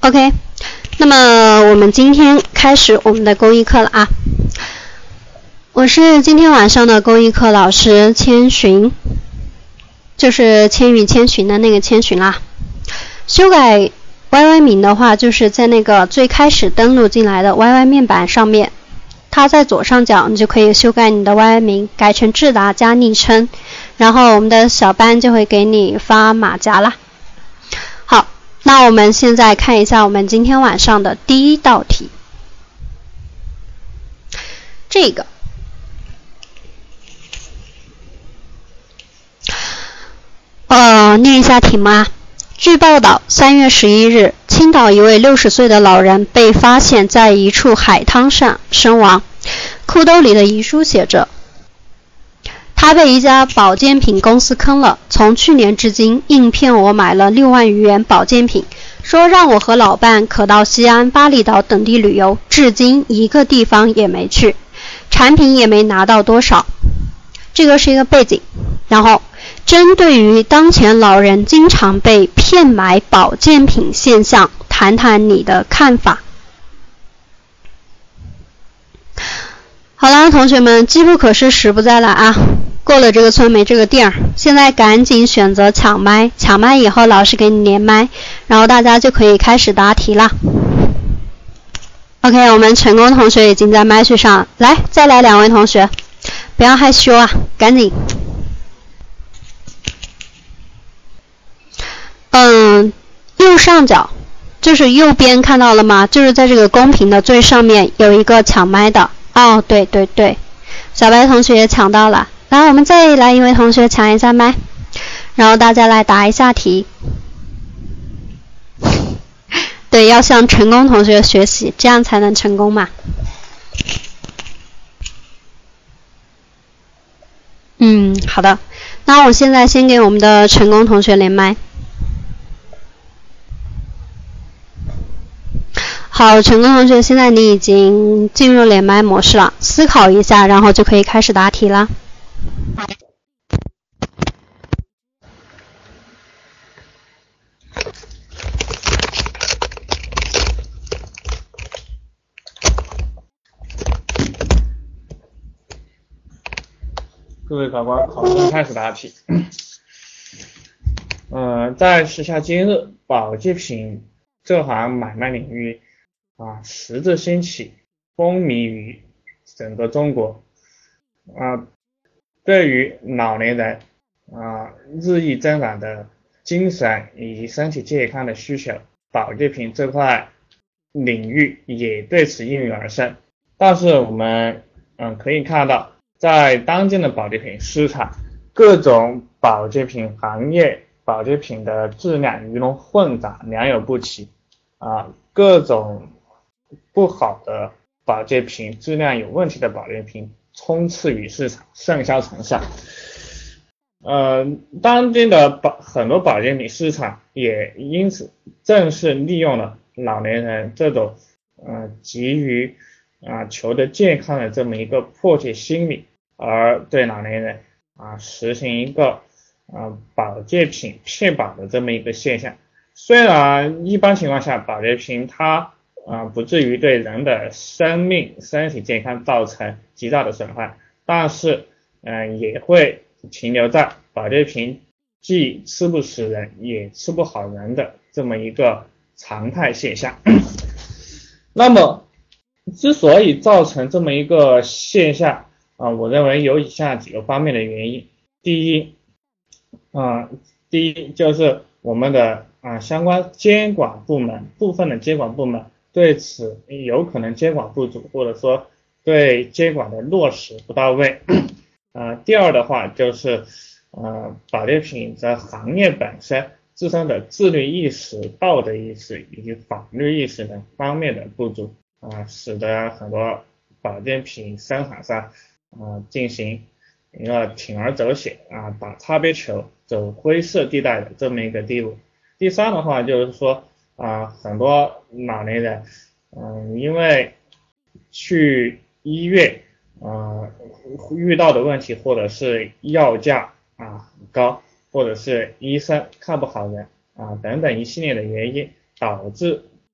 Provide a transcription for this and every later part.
OK， 那么我们今天开始我们的公益课了啊。我是今天晚上的公益课老师千寻，就是千与千寻的那个千寻啦。修改 YY 名的话，就是在那个最开始登录进来的 YY 面板上面，它在左上角你就可以修改你的 YY 名，改成智达加昵称，然后我们的小班就会给你发马甲啦。好，那我们现在看一下我们今天晚上的第一道题。这个念一下题目啊。据报道，3月11日，青岛一位60岁的老人被发现在一处海滩上身亡，裤兜里的遗书写着：他被一家保健品公司坑了，从去年至今硬骗我买了6万余元保健品，说让我和老伴可到西安、巴厘岛等地旅游，至今一个地方也没去，产品也没拿到多少。这个是一个背景。然后针对于当前老人经常被骗买保健品现象，谈谈你的看法。好了，同学们，机不可失，时不再来啊！过了这个村没这个店儿，现在赶紧选择抢麦，抢麦以后老师给你连麦，然后大家就可以开始答题啦。OK， 我们成功同学已经在麦序上，来，再来2位同学，不要害羞啊，赶紧。右上角就是右边看到了吗？就是在这个公屏的最上面有一个抢麦的。哦，对对对，小白同学也抢到了。来，我们再来一位同学抢一下麦，然后大家来答一下题。对，要向成功同学学习，这样才能成功嘛。好的，那我现在先给我们的成功同学连麦。好，成功同学，现在你已经进入连麦模式了，思考一下，然后就可以开始答题了。 各位考官，考生开始答题。在时下今日，保健品这行买卖领域时至兴起，风靡于整个中国。对于老年人日益增长的精神以及身体健康的需求，保健品这块领域也对此应运而生。但是我们可以看到，在当今的保健品市场，各种保健品行业保健品的质量鱼龙混杂，良莠不齐各种不好的保健品，质量有问题的保健品充斥于市场，盛销成效。当今的很多保健品市场也因此正是利用了老年人这种急于求得健康的这么一个迫切心理，而对老年人实行一个保健品骗保的这么一个现象。虽然一般情况下保健品它不至于对人的生命身体健康造成极大的损害，但是也会停留在保健品既吃不死人也吃不好人的这么一个常态现象。那么之所以造成这么一个现象我认为有以下几个方面的原因。第一就是我们的相关监管部门，部分的监管部门对此有可能监管不足，或者说对监管的落实不到位。第二的话就是保健品的行业本身自身的自律意识、道德意识以及法律意识等方面的不足使得很多保健品生产商进行一个铤而走险打擦边球、走灰色地带的这么一个地步。第三的话就是说很多老年人因为去医院遇到的问题，或者是药价很高，或者是医生看不好人等等一系列的原因，导致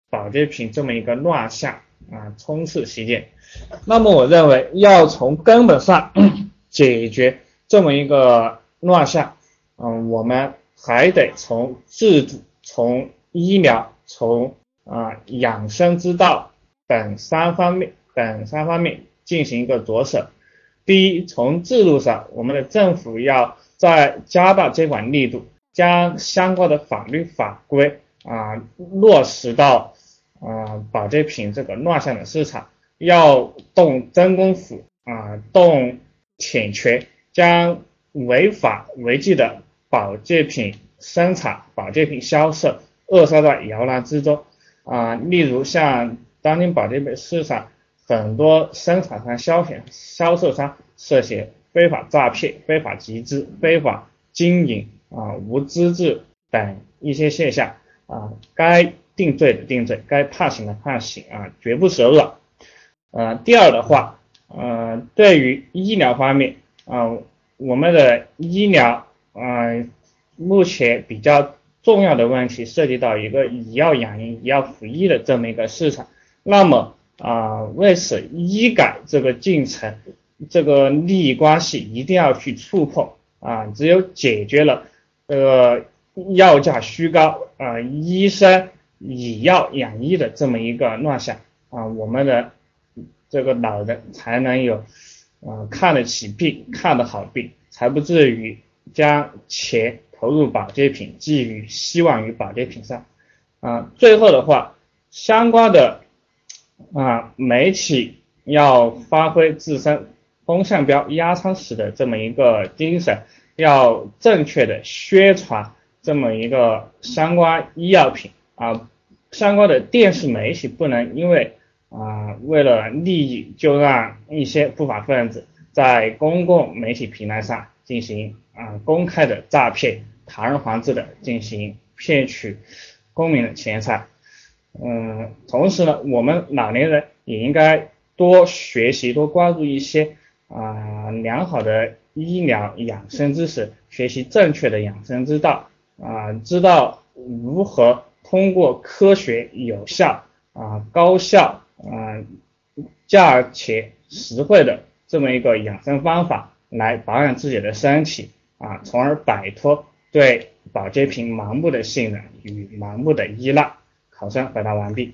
保健品这么一个乱象充斥其间。那么我认为要从根本上解决这么一个乱象，我们还得从制度、从医疗、从养生之道等三方面进行一个着手。第一，从制度上，我们的政府要再加大监管力度，将相关的法律法规落实到保健品这个乱象的市场，要动真功夫动铁拳，将违法违纪的保健品生产、保健品销售扼杀在摇篮之中例如像当今保健品市场很多生产商、销售商涉嫌非法诈骗、非法集资、非法经营无资质等一些现象该定罪的定罪，该判刑的判刑绝不手软。第二的话，对于医疗方面我们的医疗目前比较重要的问题涉及到一个以药养医、以药辅医的这么一个市场。那么为此医改这个进程，这个利益关系一定要去触碰只有解决了药价虚高医生以药养医的这么一个乱象我们的这个老人才能有看得起病、看得好病，才不至于将钱投入保健品，寄予希望于保健品上最后的话，相关的媒体要发挥自身风向标压舱石的这么一个精神，要正确的宣传这么一个相关医药品相关的电视媒体不能因为为了利益就让一些不法分子在公共媒体平台上进行公开的诈骗，堂而皇之的进行骗取公民的钱财同时呢，我们老年人也应该多学习、多关注一些良好的医疗养生知识，学习正确的养生之道知道如何通过科学、有效高效价钱实惠的这么一个养生方法来保养自己的身体从而摆脱对保健品盲目的信任与盲目的依赖。考生回答完毕。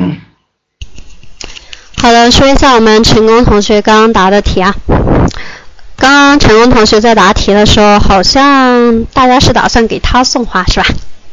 好的，说一下我们成功同学刚刚答的题刚刚成功同学在答题的时候，好像大家是打算给他送花是吧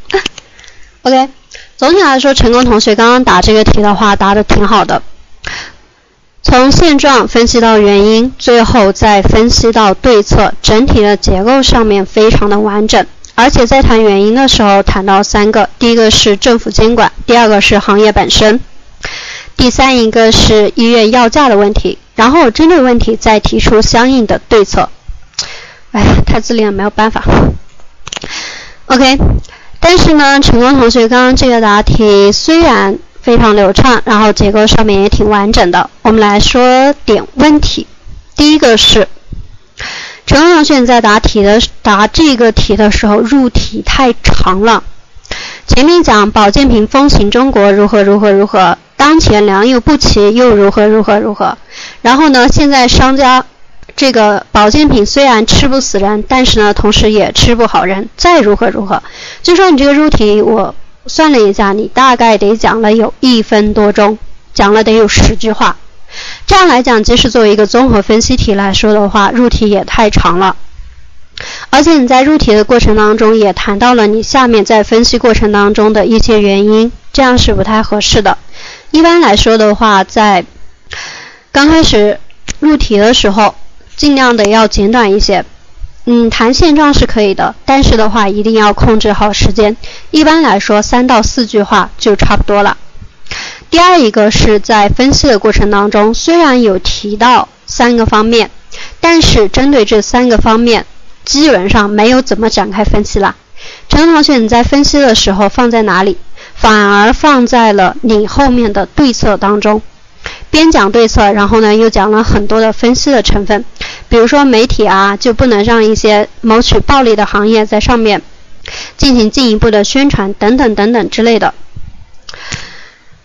？OK， 总体来说，成功同学刚刚答这个题的话，答得挺好的。从现状分析到原因，最后再分析到对策，整体的结构上面非常的完整。而且在谈原因的时候谈到3个，第一个是政府监管，第二个是行业本身，第三一个是医院药价的问题，然后针对问题再提出相应的对策。太自恋了，没有办法。OK， 但是呢，成功同学刚刚这个答题虽然非常流畅，然后结构上面也挺完整的，我们来说点问题。第一个是成功同学在答这个题的时候入题太长了。前面讲保健品风行中国如何，当前良莠不齐又如何，然后呢，现在商家这个保健品虽然吃不死人，但是呢，同时也吃不好人，再如何，就说你这个入题我算了一下，你大概得讲了有1分多钟，讲了得有10句话。这样来讲，即使作为一个综合分析题来说的话，入题也太长了。而且你在入题的过程当中也谈到了你下面在分析过程当中的一些原因，这样是不太合适的。一般来说的话，在刚开始入题的时候，尽量的要简短一些。谈现状是可以的，但是的话一定要控制好时间。一般来说3到4句话就差不多了。第二一个是在分析的过程当中，虽然有提到3个方面，但是针对这3个方面基本上没有怎么展开分析了。陈同学，你在分析的时候放在哪里？反而放在了你后面的对策当中。边讲对策，然后呢又讲了很多的分析的成分，比如说媒体就不能让一些谋取暴利的行业在上面进行进一步的宣传等等之类的。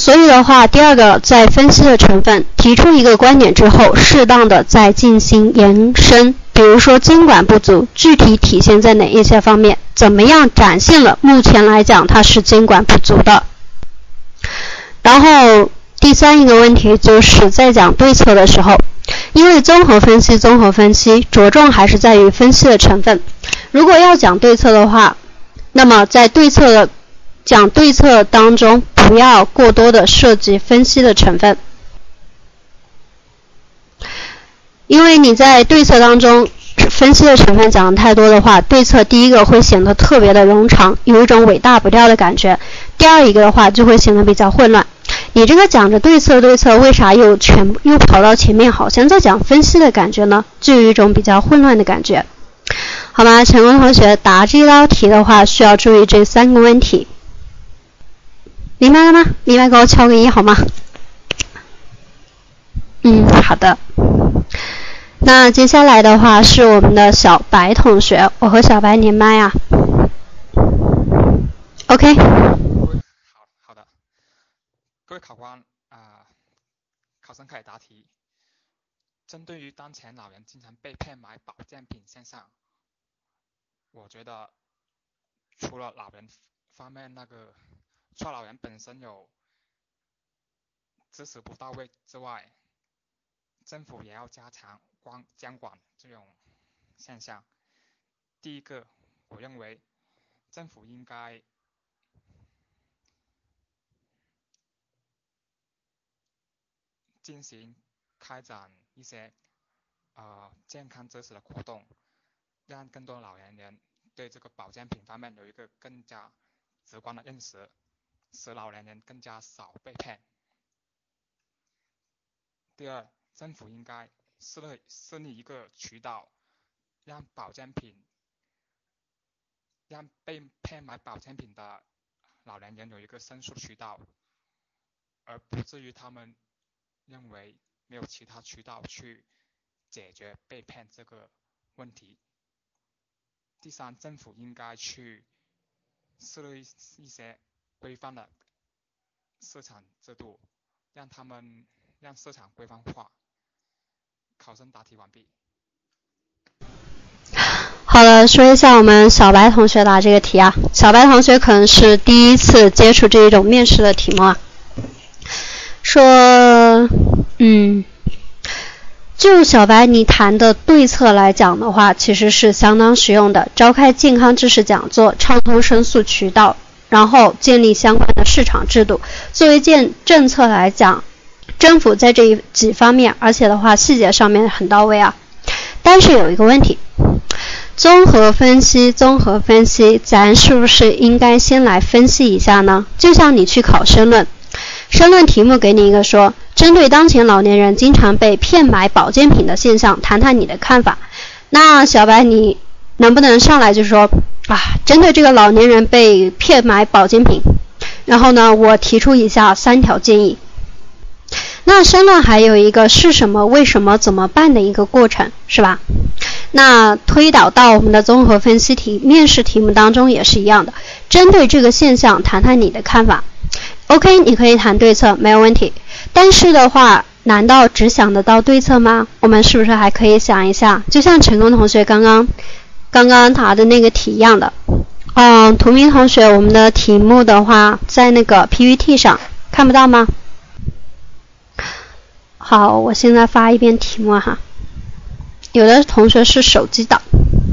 所以的话，第二个，在分析的成分，提出一个观点之后，适当的再进行延伸，比如说监管不足，具体体现在哪一些方面，怎么样展现了目前来讲它是监管不足的。然后第三一个问题就是在讲对策的时候，因为综合分析着重还是在于分析的成分。如果要讲对策的话，那么在讲对策当中不要过多的涉及分析的成分，因为你在对策当中分析的成分讲得太多的话，对策第一个会显得特别的冗长，有一种尾大不掉的感觉，第二一个的话就会显得比较混乱。你这个讲着对策为啥又跑到前面，好像在讲分析的感觉呢？就有一种比较混乱的感觉。好吗？成功同学答这道题的话，需要注意这3个问题。明白了吗？明白给我敲个1好吗？好的。那接下来的话是我们的小白同学，我和小白连麦啊。OK。 好的。各位考官考生可以答题。针对于当前老人经常被骗买保健品现象，我觉得除了老人方面除了老人本身有支持不到位之外，政府也要加强监管这种现象。第一个，我认为政府应该进行开展一些健康知识的活动，让更多老年人对这个保健品方面有一个更加直观的认识，使老年人更加少被骗。第二，政府应该设立一个渠道，让被骗买保健品的老年人有一个申诉渠道，而不至于他们认为没有其他渠道去解决被骗这个问题。第三，政府应该去设立一些规范的市场制度，让市场规范化。考生答题完毕。 好了，说一下我们小白同学答这个题啊。小白同学可能是第一次接触这一种面试的题目啊。说，就小白你谈的对策来讲的话，其实是相当实用的。召开健康知识讲座，畅通申诉渠道，然后建立相关的市场制度。作为政策来讲，政府在这几方面，而且的话细节上面很到位啊。但是有一个问题，综合分析，咱是不是应该先来分析一下呢？就像你去考申论题目给你一个说，针对当前老年人经常被骗买保健品的现象，谈谈你的看法。那小白你能不能上来就说针对这个老年人被骗买保健品，然后呢我提出以下3条建议。那申论还有一个是什么、为什么、怎么办的一个过程，是吧？那推导到我们的综合分析题、面试题目当中也是一样的，针对这个现象谈谈你的看法。OK， 你可以谈对策，没有问题。但是的话，难道只想得到对策吗？我们是不是还可以想一下，就像成功同学刚刚答的那个题一样的。图明同学，我们的题目的话，在那个 PPT 上看不到吗？好，我现在发一遍题目哈。有的同学是手机党。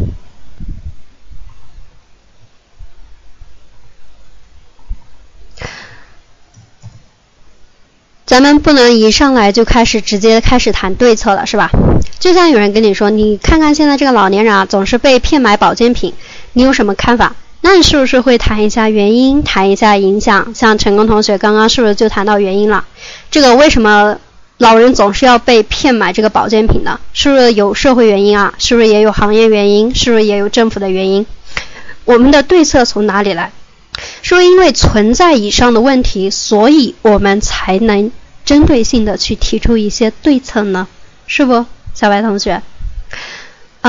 咱们不能一上来就直接开始谈对策了，是吧？就像有人跟你说，你看看现在这个老年人啊，总是被骗买保健品，你有什么看法？那你是不是会谈一下原因，谈一下影响？像成功同学刚刚是不是就谈到原因了？这个为什么老人总是要被骗买这个保健品呢？是不是有社会原因啊？是不是也有行业原因？是不是也有政府的原因？我们的对策从哪里来？是不是因为存在以上的问题，所以我们才能针对性的去提出一些对策呢？是不，小白同学？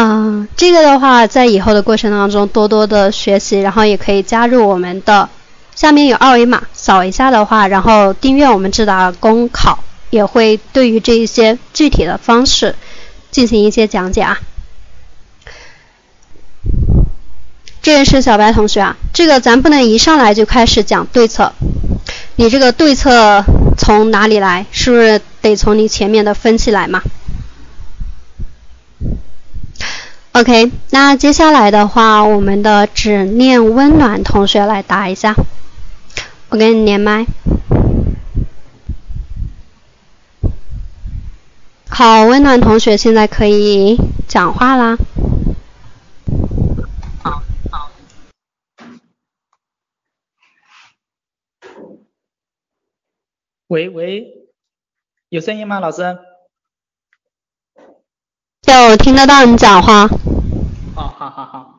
这个的话，在以后的过程当中多多的学习，然后也可以加入我们的下面有二维码，扫一下的话，然后订阅我们智达公考，也会对于这一些具体的方式进行一些讲解啊。这也是小白同学啊，这个咱不能一上来就开始讲对策，你这个对策从哪里来？是不是得从你前面的分析来嘛？ OK， 那接下来的话，我们的只念温暖同学来答一下，我给你连麦。好，温暖同学现在可以讲话啦。 好。喂，有声音吗，老师？ 有，听得到你讲话。 哦，好。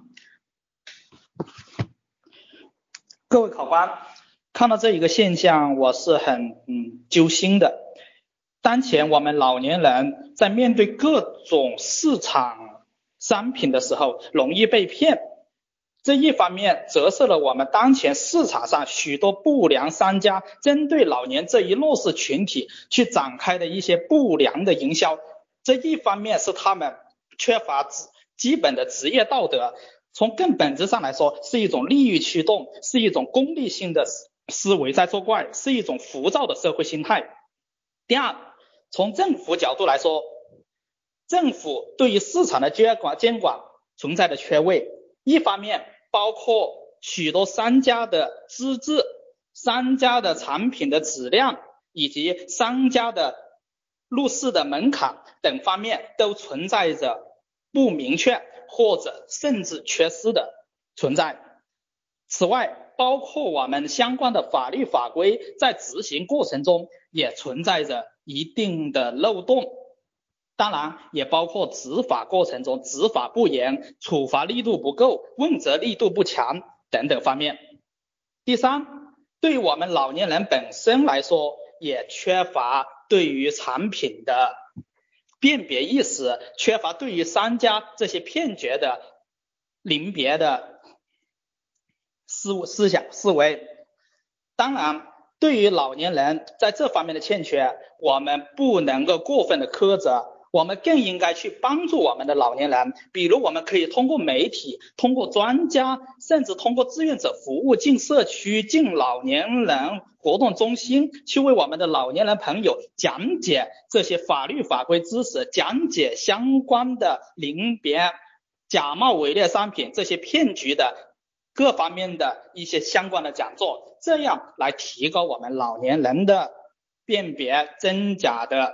各位考官，看到这一个现象，我是很揪心的。当前我们老年人在面对各种市场商品的时候，容易被骗。这一方面折射了我们当前市场上许多不良商家针对老年这一弱势群体去展开的一些不良的营销。这一方面是他们缺乏基本的职业道德，从更本质上来说是一种利益驱动，是一种功利性的思维在作怪，是一种浮躁的社会心态。第二，从政府角度来说，政府对于市场的监管存在的缺位，一方面包括许多商家的资质、商家的产品的质量以及商家的入市的门槛等方面都存在着不明确或者甚至缺失的存在。此外，包括我们相关的法律法规在执行过程中也存在着一定的漏洞，当然也包括执法过程中执法不严、处罚力度不够、问责力度不强等等方面。第三，对于我们老年人本身来说，也缺乏对于产品的辨别意识，缺乏对于商家这些骗局的临别的思维。当然，对于老年人在这方面的欠缺，我们不能够过分的苛责，我们更应该去帮助我们的老年人。比如我们可以通过媒体、通过专家，甚至通过志愿者服务进社区、进老年人活动中心，去为我们的老年人朋友讲解这些法律法规知识，讲解相关的临别、假冒伪劣商品这些骗局的各方面的一些相关的讲座，这样来提高我们老年人的辨别真假的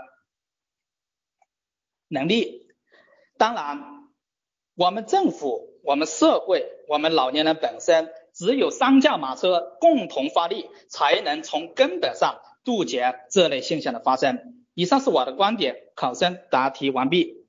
能力。当然，我们政府、我们社会、我们老年人本身，只有三驾马车共同发力，才能从根本上杜绝这类现象的发生。以上是我的观点，考生答题完毕。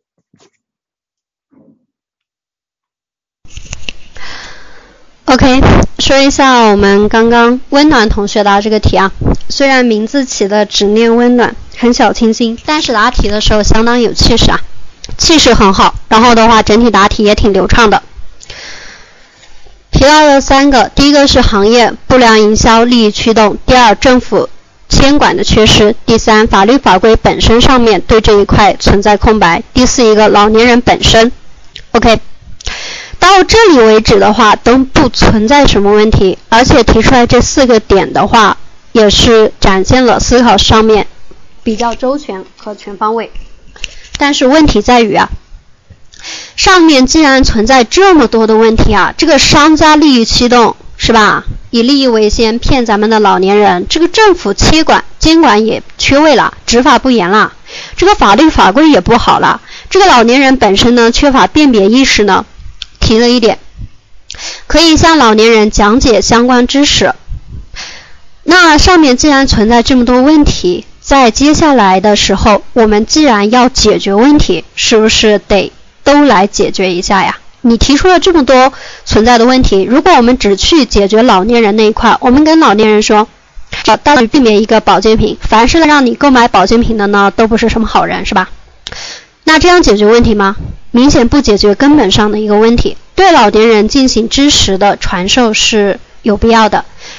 OK， 说一下我们刚刚温暖同学答这个题啊，虽然名字起的只念温暖，很小清新，但是答题的时候相当有气势啊，气势很好，然后的话整体答题也挺流畅的。提到了三个，第一个是行业不良营销利益驱动，第二政府监管的缺失，第三法律法规本身上面对这一块存在空白，第四一个老年人本身。 OK，到这里为止的话都不存在什么问题，而且提出来这4个点的话也是展现了思考上面比较周全和全方位。但是问题在于啊，上面既然存在这么多的问题啊，这个商家利益驱动是吧，以利益为先骗咱们的老年人，这个政府监管也缺位了，执法不严了，这个法律法规也不好了，这个老年人本身呢缺乏辨别意识呢，提了一点，可以向老年人讲解相关知识。那上面既然存在这么多问题，在接下来的时候，我们既然要解决问题，是不是得都来解决一下呀？你提出了这么多存在的问题，如果我们只去解决老年人那一块，我们跟老年人说，大家避免一个保健品，凡是让你购买保健品的呢，都不是什么好人，是吧？那这样解决问题吗？明显不解决根本上的一个问题。对老年人进行知识的传授是有必要的，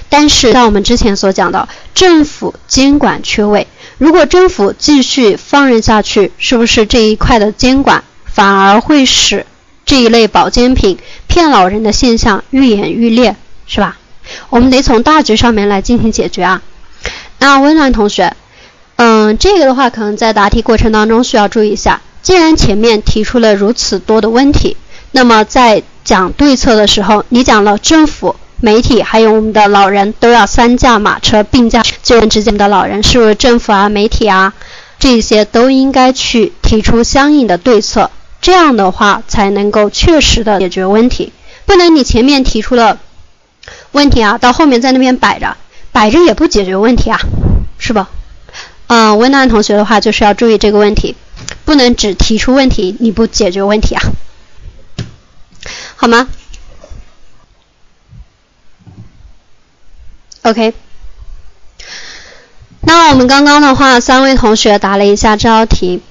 但是像我们之前所讲的，政府监管缺位，如果政府继续放任下去，是不是这一块的监管反而会使这一类保健品骗老人的现象愈演愈烈，是吧？我们得从大局上面来进行解决啊。那温暖同学，这个的话可能在答题过程当中需要注意一下。既然前面提出了如此多的问题，那么在讲对策的时候，你讲了政府、媒体还有我们的老人都要三驾马车并驾救援之间的老人，是不是政府啊、媒体啊这些都应该去提出相应的对策，这样的话才能够确实的解决问题。不能你前面提出了问题啊，到后面在那边摆着也不解决问题啊，是吧？温暖同学的话就是要注意这个问题，不能只提出问题你不解决问题啊，好吗？ OK， 那我们刚刚的话3位同学答了一下这道题，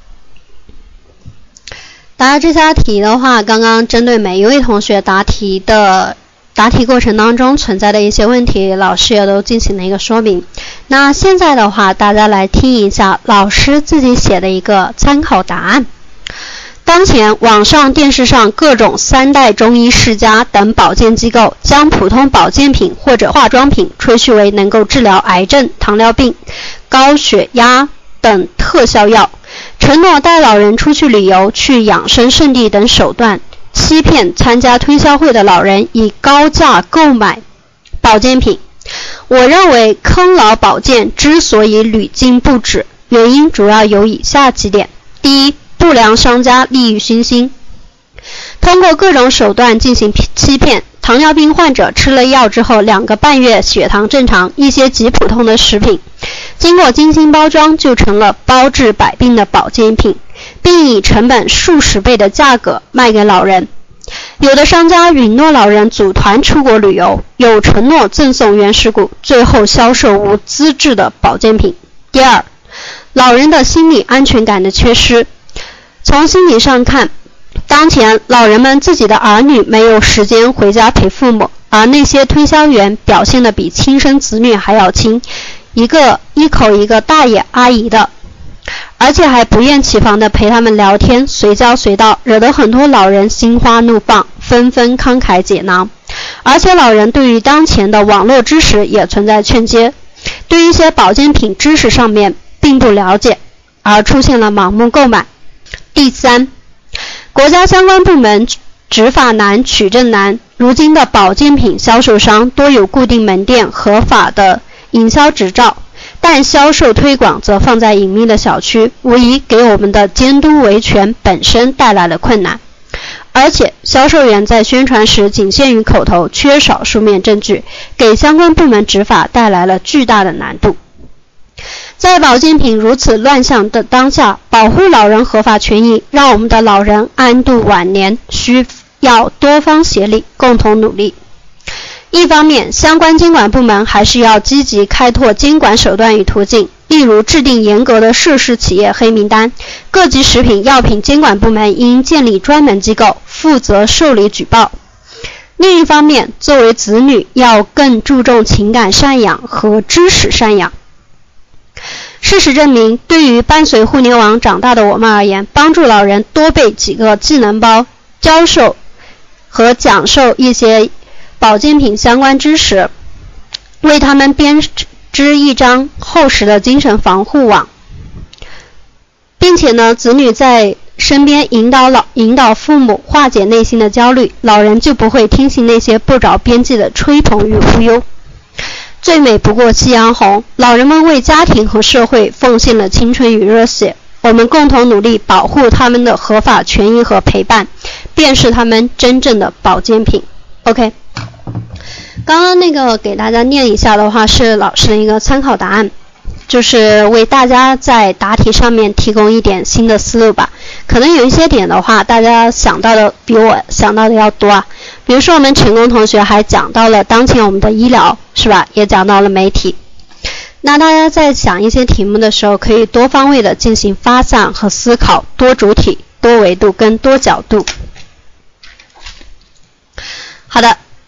答了这道题的话，刚刚针对每一位同学答题过程当中存在的一些问题，老师也都进行了一个说明。那现在的话，大家来听一下老师自己写的一个参考答案。当前网上、电视上各种3代中医世家等保健机构将普通保健品或者化妆品吹嘘为能够治疗癌症、糖尿病、高血压等特效药，承诺带老人出去旅游、去养生圣地等手段，欺骗参加推销会的老人以高价购买保健品。我认为坑老保健之所以屡禁不止，原因主要有以下几点。第一，不良商家利欲熏心，通过各种手段进行欺骗。糖尿病患者吃了药之后2个半月血糖正常，一些极普通的食品经过精心包装就成了包治百病的保健品，并以成本数十倍的价格卖给老人。有的商家允诺老人组团出国旅游，有承诺赠送原始股，最后销售无资质的保健品。第二，老人的心理安全感的缺失。从心理上看，当前老人们自己的儿女没有时间回家陪父母，而那些推销员表现得比亲生子女还要亲，一口一个大爷阿姨的，而且还不厌其烦地陪他们聊天，随叫随到，惹得很多老人心花怒放，纷纷慷慨解囊。而且老人对于当前的网络知识也存在欠缺，对一些保健品知识上面并不了解，而出现了盲目购买。第三，国家相关部门执法难、取证难，如今的保健品销售商多有固定门店、合法的营销执照，但销售推广则放在隐秘的小区，无疑给我们的监督维权本身带来了困难。而且销售员在宣传时仅限于口头，缺少书面证据，给相关部门执法带来了巨大的难度。在保健品如此乱象的当下，保护老人合法权益，让我们的老人安度晚年，需要多方协力，共同努力。一方面，相关监管部门还是要积极开拓监管手段与途径，例如制定严格的涉事企业黑名单，各级食品药品监管部门应建立专门机构，负责受理举报。另一方面，作为子女，要更注重情感赡养和知识赡养。事实证明，对于伴随互联网长大的我们而言，帮助老人多备几个技能包，教授和讲授一些保健品相关知识，为他们编织一张厚实的精神防护网，并且呢，子女在身边引导父母化解内心的焦虑，老人就不会听信那些不着边际的吹捧与忽悠。最美不过夕阳红，老人们为家庭和社会奉献了青春与热血，我们共同努力保护他们的合法权益和陪伴，便是他们真正的保健品。 OK， 刚刚那个给大家念一下的话是老师的一个参考答案，就是为大家在答题上面提供一点新的思路吧。可能有一些点的话大家想到的比我想到的要多啊，比如说我们成功同学还讲到了当前我们的医疗，是吧？也讲到了媒体。那大家在想一些题目的时候，可以多方位的进行发散和思考，多主体、多维度跟多角度。好的，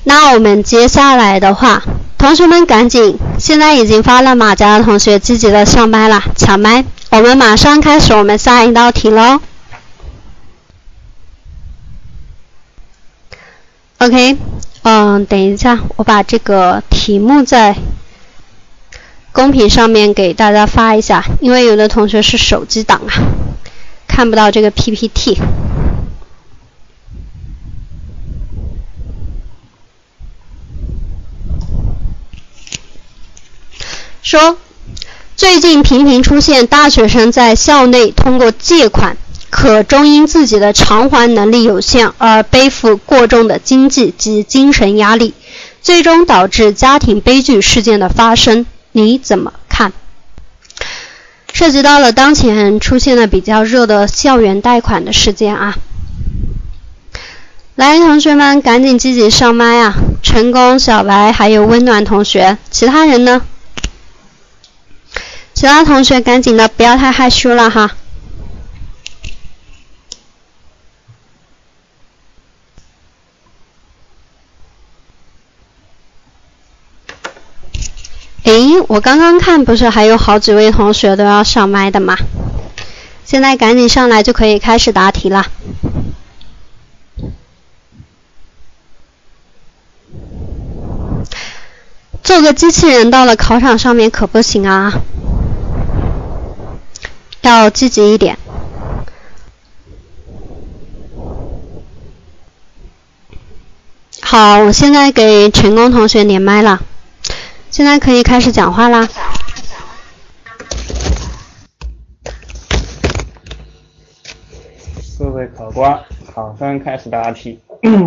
那我们接下来的话，同学们赶紧，现在已经发了马甲的同学积极的上麦了，抢麦，我们马上开始我们下一道题喽。OK， 等一下，我把这个题目在公屏上面给大家发一下，因为有的同学是手机党啊，看不到这个 PPT。说，最近频频出现大学生在校内通过借款，可终因自己的偿还能力有限而背负过重的经济及精神压力，最终导致家庭悲剧事件的发生，你怎么看？涉及到了当前出现的比较热的校园贷款的事件啊。来，同学们赶紧积极上麦啊！成功、小白还有温暖同学，其他人呢？其他同学赶紧的，不要太害羞了哈。诶，我刚刚看不是还有好几位同学都要上麦的吗？现在赶紧上来就可以开始答题了。做个机器人到了考场上面可不行啊，要积极一点。好，我现在给成功同学连麦了，现在可以开始讲话啦。 各位考官，考生开始答题。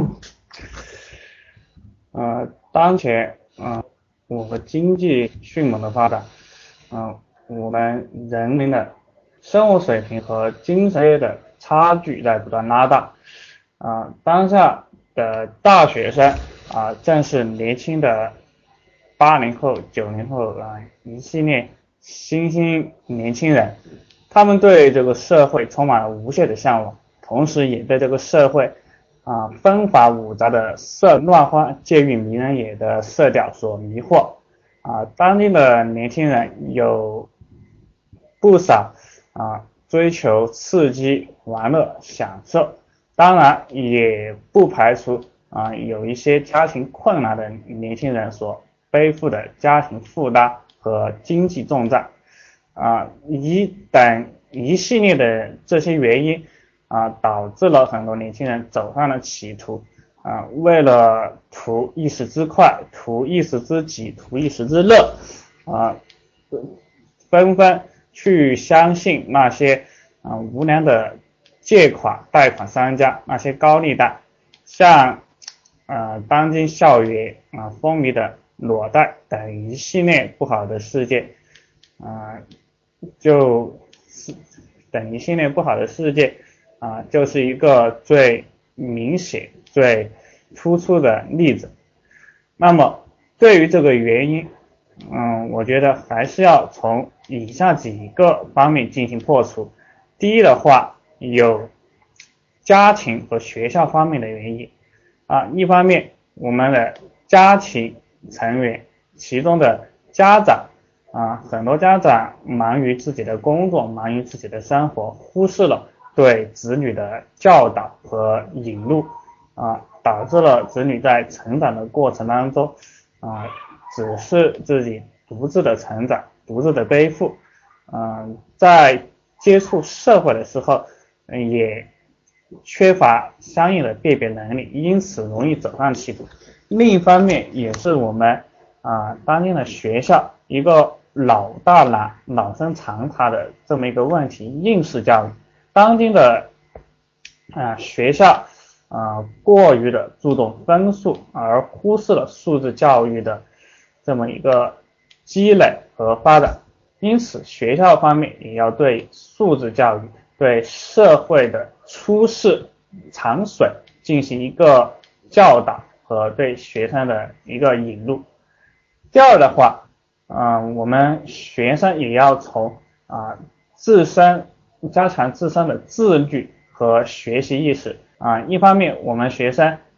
当前我们经济迅猛的发展，我们人民的生活水平和精神的差距在不断拉大。当下的大学生正是年轻的80后、90后一系列新兴年轻人，他们对这个社会充满了无限的向往，同时也被这个社会纷繁五杂的色乱花渐欲迷人眼的色调所迷惑。当今的年轻人有不少追求刺激、玩乐、享受，当然也不排除有一些家庭困难的年轻人所背负的家庭负担和经济重担。一系列的这些原因导致了很多年轻人走上了歧途，为了图一时之快，图一时之急，图一时之乐，纷纷去相信那些无良的借款贷款商家，那些高利贷，像当今校园风靡的裸贷等一系列不好的事件，就是一个最明显、最突出的例子。那么对于这个原因，我觉得还是要从以下几个方面进行破除。第一的话，有家庭和学校方面的原因。一方面，我们的家庭成员，其中的家长很多家长忙于自己的工作，忙于自己的生活，忽视了对子女的教导和引路，导致了子女在成长的过程当中只是自己独自的成长，独自的背负，在接触社会的时候也缺乏相应的辨别能力，因此容易走上歧途。另一方面，也是我们当今的学校一个老大难、老生常谈的这么一个问题，应试教育。当今的学校过于的注重分数，而忽视了素质教育的这么一个积累和发展。因此学校方面也要对素质教育、对社会的出世长水进行一个教导和对学生的一个引路。第二的话，我们学生也要从加强自身的自律和学习意识。一方面我们学生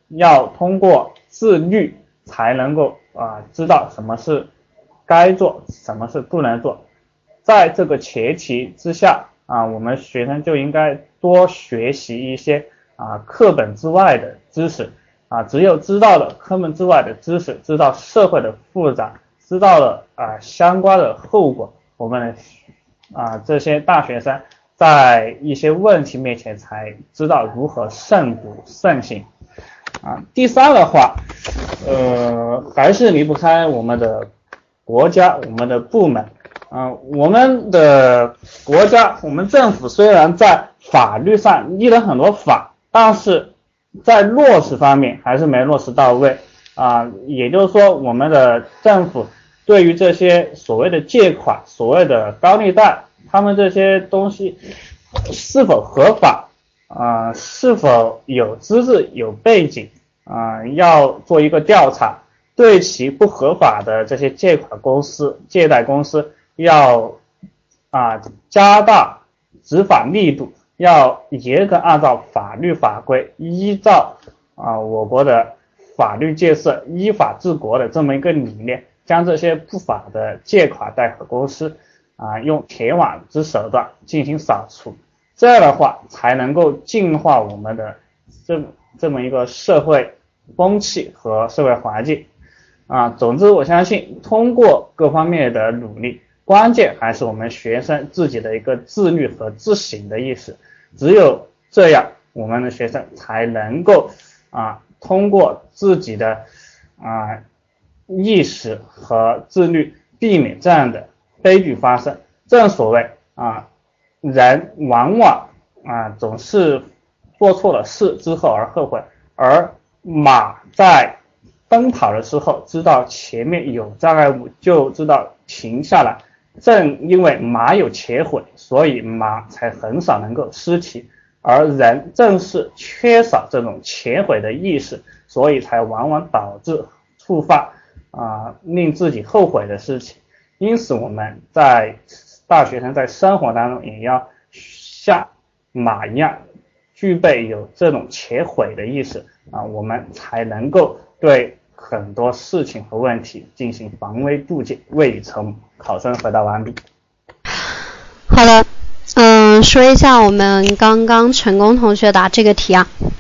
要通过自律才能够知道什么是该做，什么是不能做。在这个前提之下我们学生就应该多学习一些课本之外的知识只有知道了课本之外的知识，知道社会的复杂，知道了相关的后果，我们这些大学生在一些问题面前才知道如何慎独慎行第三的话还是离不开我们的国家，我们的部门我们的国家，我们政府虽然在法律上立了很多法，但是在落实方面还是没落实到位也就是说我们的政府对于这些所谓的借款，所谓的高利贷，他们这些东西是否合法是否有资质有背景要做一个调查，对其不合法的这些借款公司、借贷公司要加大执法力度，要严格按照法律法规，依照我国的法律建设、依法治国的这么一个理念，将这些不法的借款贷款公司用铁网之手段进行扫除，这样的话才能够净化我们的这么一个社会风气和社会环境总之我相信通过各方面的努力，关键还是我们学生自己的一个自律和自省的意识，只有这样我们的学生才能够通过自己的意识和自律避免这样的悲剧发生。正所谓人往往总是做错了事之后而后悔，而马在奔跑的时候知道前面有障碍物就知道停下来，正因为马有前悔，所以马才很少能够失蹄，而人正是缺少这种前悔的意识，所以才往往导致触发令自己后悔的事情。因此我们在大学生在生活当中也要像马一样具备有这种前悔的意识我们才能够对很多事情和问题进行防微杜渐，未雨绸缪。考生回答完毕。 好的说一下我们刚刚成功同学答这个题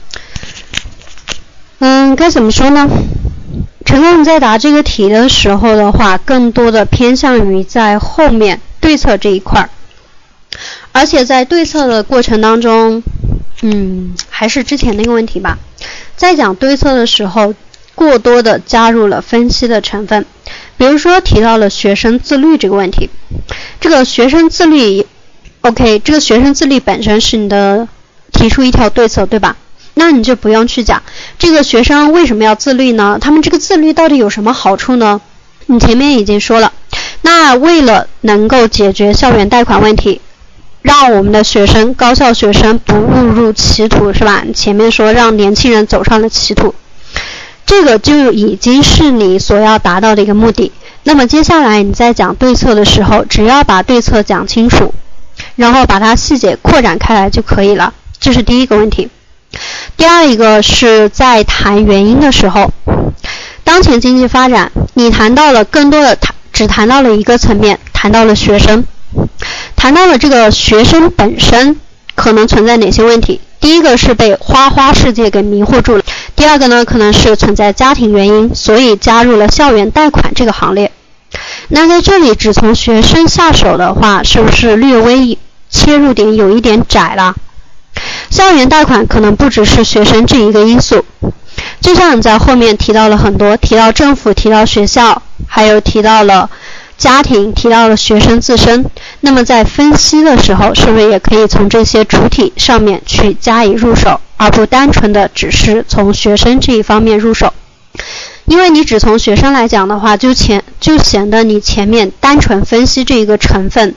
该怎么说呢？成功在答这个题的时候的话，更多的偏向于在后面对策这一块，而且在对策的过程当中还是之前那个问题吧，在讲对策的时候过多的加入了分析的成分，比如说提到了学生自律这个问题，这个学生自律 OK， 这个学生自律本身是你的提出一条对策对吧，那你就不用去讲这个学生为什么要自律呢，他们这个自律到底有什么好处呢，你前面已经说了，那为了能够解决校园贷款问题，让我们的学生高校学生不误入歧途是吧，前面说让年轻人走上了歧途，这个就已经是你所要达到的一个目的。那么接下来你在讲对策的时候，只要把对策讲清楚，然后把它细节扩展开来就可以了，这是第一个问题。第二一个是在谈原因的时候，当前经济发展你谈到了更多的只谈到了一个层面，谈到了学生，谈到了这个学生本身可能存在哪些问题，第一个是被花花世界给迷惑住了，第二个呢可能是存在家庭原因，所以加入了校园贷款这个行列。那在这里只从学生下手的话，是不是略微切入点有一点窄了？校园贷款可能不只是学生这一个因素，就像你在后面提到了很多，提到政府，提到学校，还有提到了家庭，提到了学生自身，那么在分析的时候是不是也可以从这些主体上面去加以入手，而不单纯的只是从学生这一方面入手，因为你只从学生来讲的话，就显得你前面单纯分析这一个成分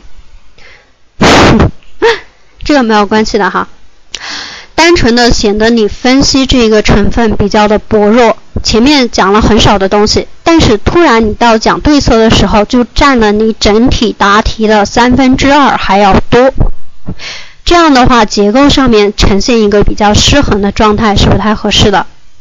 这个没有关系的哈，单纯的显得你分析这个成分比较的薄弱，前面讲了很少的东西，但是突然你到讲对策的时候就占了你整体答题的2/3还要多，这样的话结构上面呈现一个比较失衡的状态是不太合适的。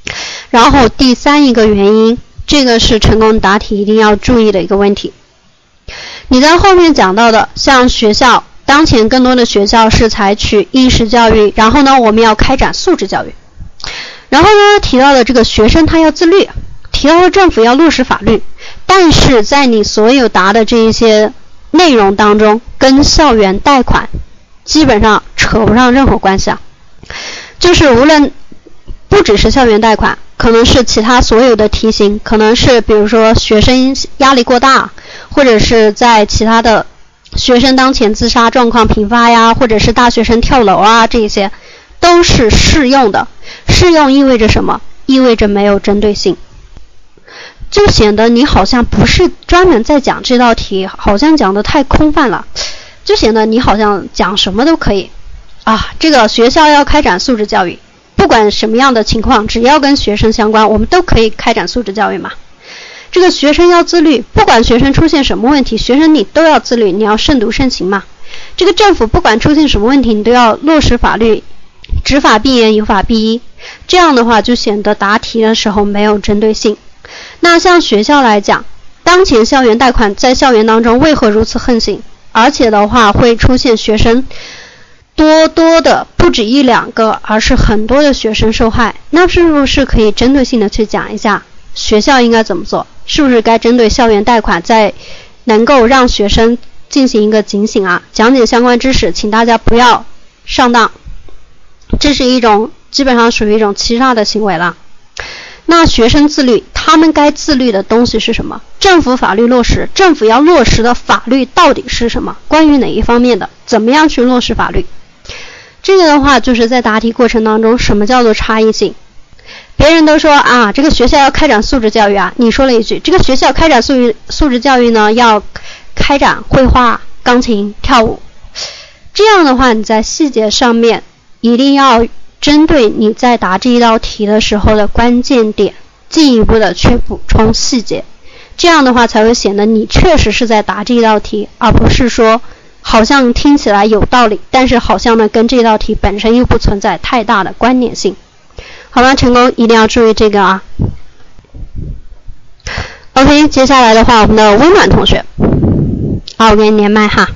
然后第三一个原因，这个是成功答题一定要注意的一个问题。你在后面讲到的，像学校，当前更多的学校是采取应试教育，然后呢，我们要开展素质教育。然后呢，提到的这个学生他要自律，提到了政府要落实法律，但是在你所有答的这一些内容当中，跟校园贷款基本上扯不上任何关系啊。就是无论不只是校园贷款，可能是其他所有的题型，可能是比如说学生压力过大，或者是在其他的学生当前自杀状况频发呀，或者是大学生跳楼啊，这些都是适用的。适用意味着什么？意味着没有针对性，就显得你好像不是专门在讲这道题，好像讲得太空泛了，就显得你好像讲什么都可以啊。这个学校要开展素质教育，不管什么样的情况，只要跟学生相关，我们都可以开展素质教育嘛。这个学生要自律，不管学生出现什么问题，学生你都要自律，你要慎独慎行嘛。这个政府不管出现什么问题，你都要落实法律，执法必严，有法必依。这样的话就显得答题的时候没有针对性。那像学校来讲，当前校园贷款在校园当中为何如此横行，而且的话会出现学生多的不止一两个，而是很多的学生受害，那是不是可以针对性的去讲一下学校应该怎么做？是不是该针对校园贷款，在能够让学生进行一个警醒啊，讲解相关知识，请大家不要上当，这是一种基本上属于一种欺诈的行为了。那学生自律，他们该自律的东西是什么？政府法律落实，政府要落实的法律到底是什么？关于哪一方面的？怎么样去落实法律？这个的话就是在答题过程当中，什么叫做差异性？别人都说啊，这个学校要开展素质教育啊，你说了一句，这个学校开展素质教育呢，要开展绘画、钢琴、跳舞。这样的话，你在细节上面一定要针对你在答这一道题的时候的关键点，进一步的去补充细节。这样的话才会显得你确实是在答这一道题，而不是说好像听起来有道理，但是好像呢跟这道题本身又不存在太大的关联性。好了，成功一定要注意这个啊。OK， 接下来的话，我们的温暖同学，我给你连麦哈。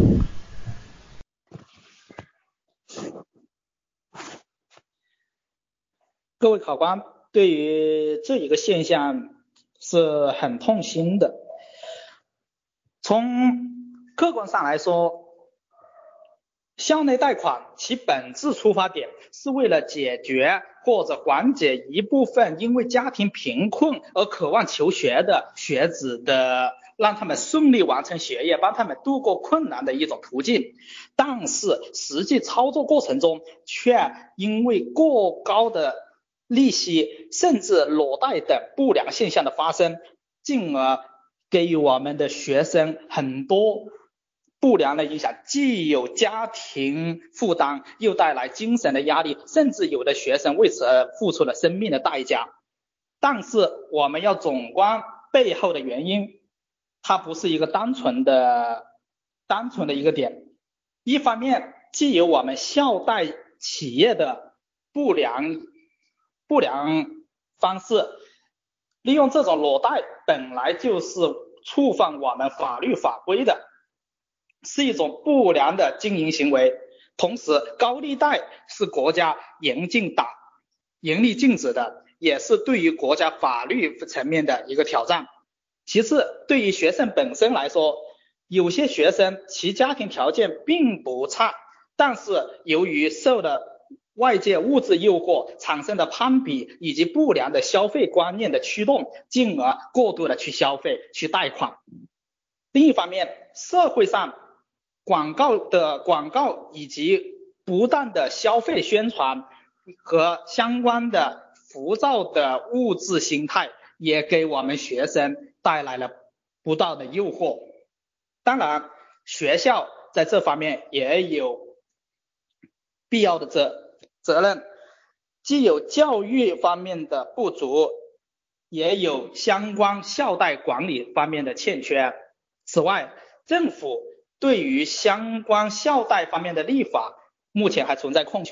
各位考官，对于这一个现象是很痛心的。从客观上来说，校内贷款其本质出发点是为了解决或者缓解一部分因为家庭贫困而渴望求学的学子的，让他们顺利完成学业，帮他们度过困难的一种途径。但是实际操作过程中却因为过高的利息甚至裸贷等不良现象的发生，进而给予我们的学生很多不良的影响，既有家庭负担，又带来精神的压力，甚至有的学生为此而付出了生命的代价。但是我们要总观背后的原因，它不是一个单纯的一个点。一方面既有我们校贷企业的不良方式，利用这种裸贷本来就是触犯我们法律法规的，是一种不良的经营行为。同时高利贷是国家严厉禁止的，也是对于国家法律层面的一个挑战。其次，对于学生本身来说，有些学生其家庭条件并不差，但是由于受了外界物质诱惑产生的攀比以及不良的消费观念的驱动，进而过度的去消费去贷款。另一方面，社会上广告以及不当的消费宣传和相关的浮躁的物质心态，也给我们学生带来了不当的诱惑。当然学校在这方面也有必要的责任，既有教育方面的不足，也有相关校贷管理方面的欠缺。此外，政府对于相关校贷方面的立法目前还存在空缺，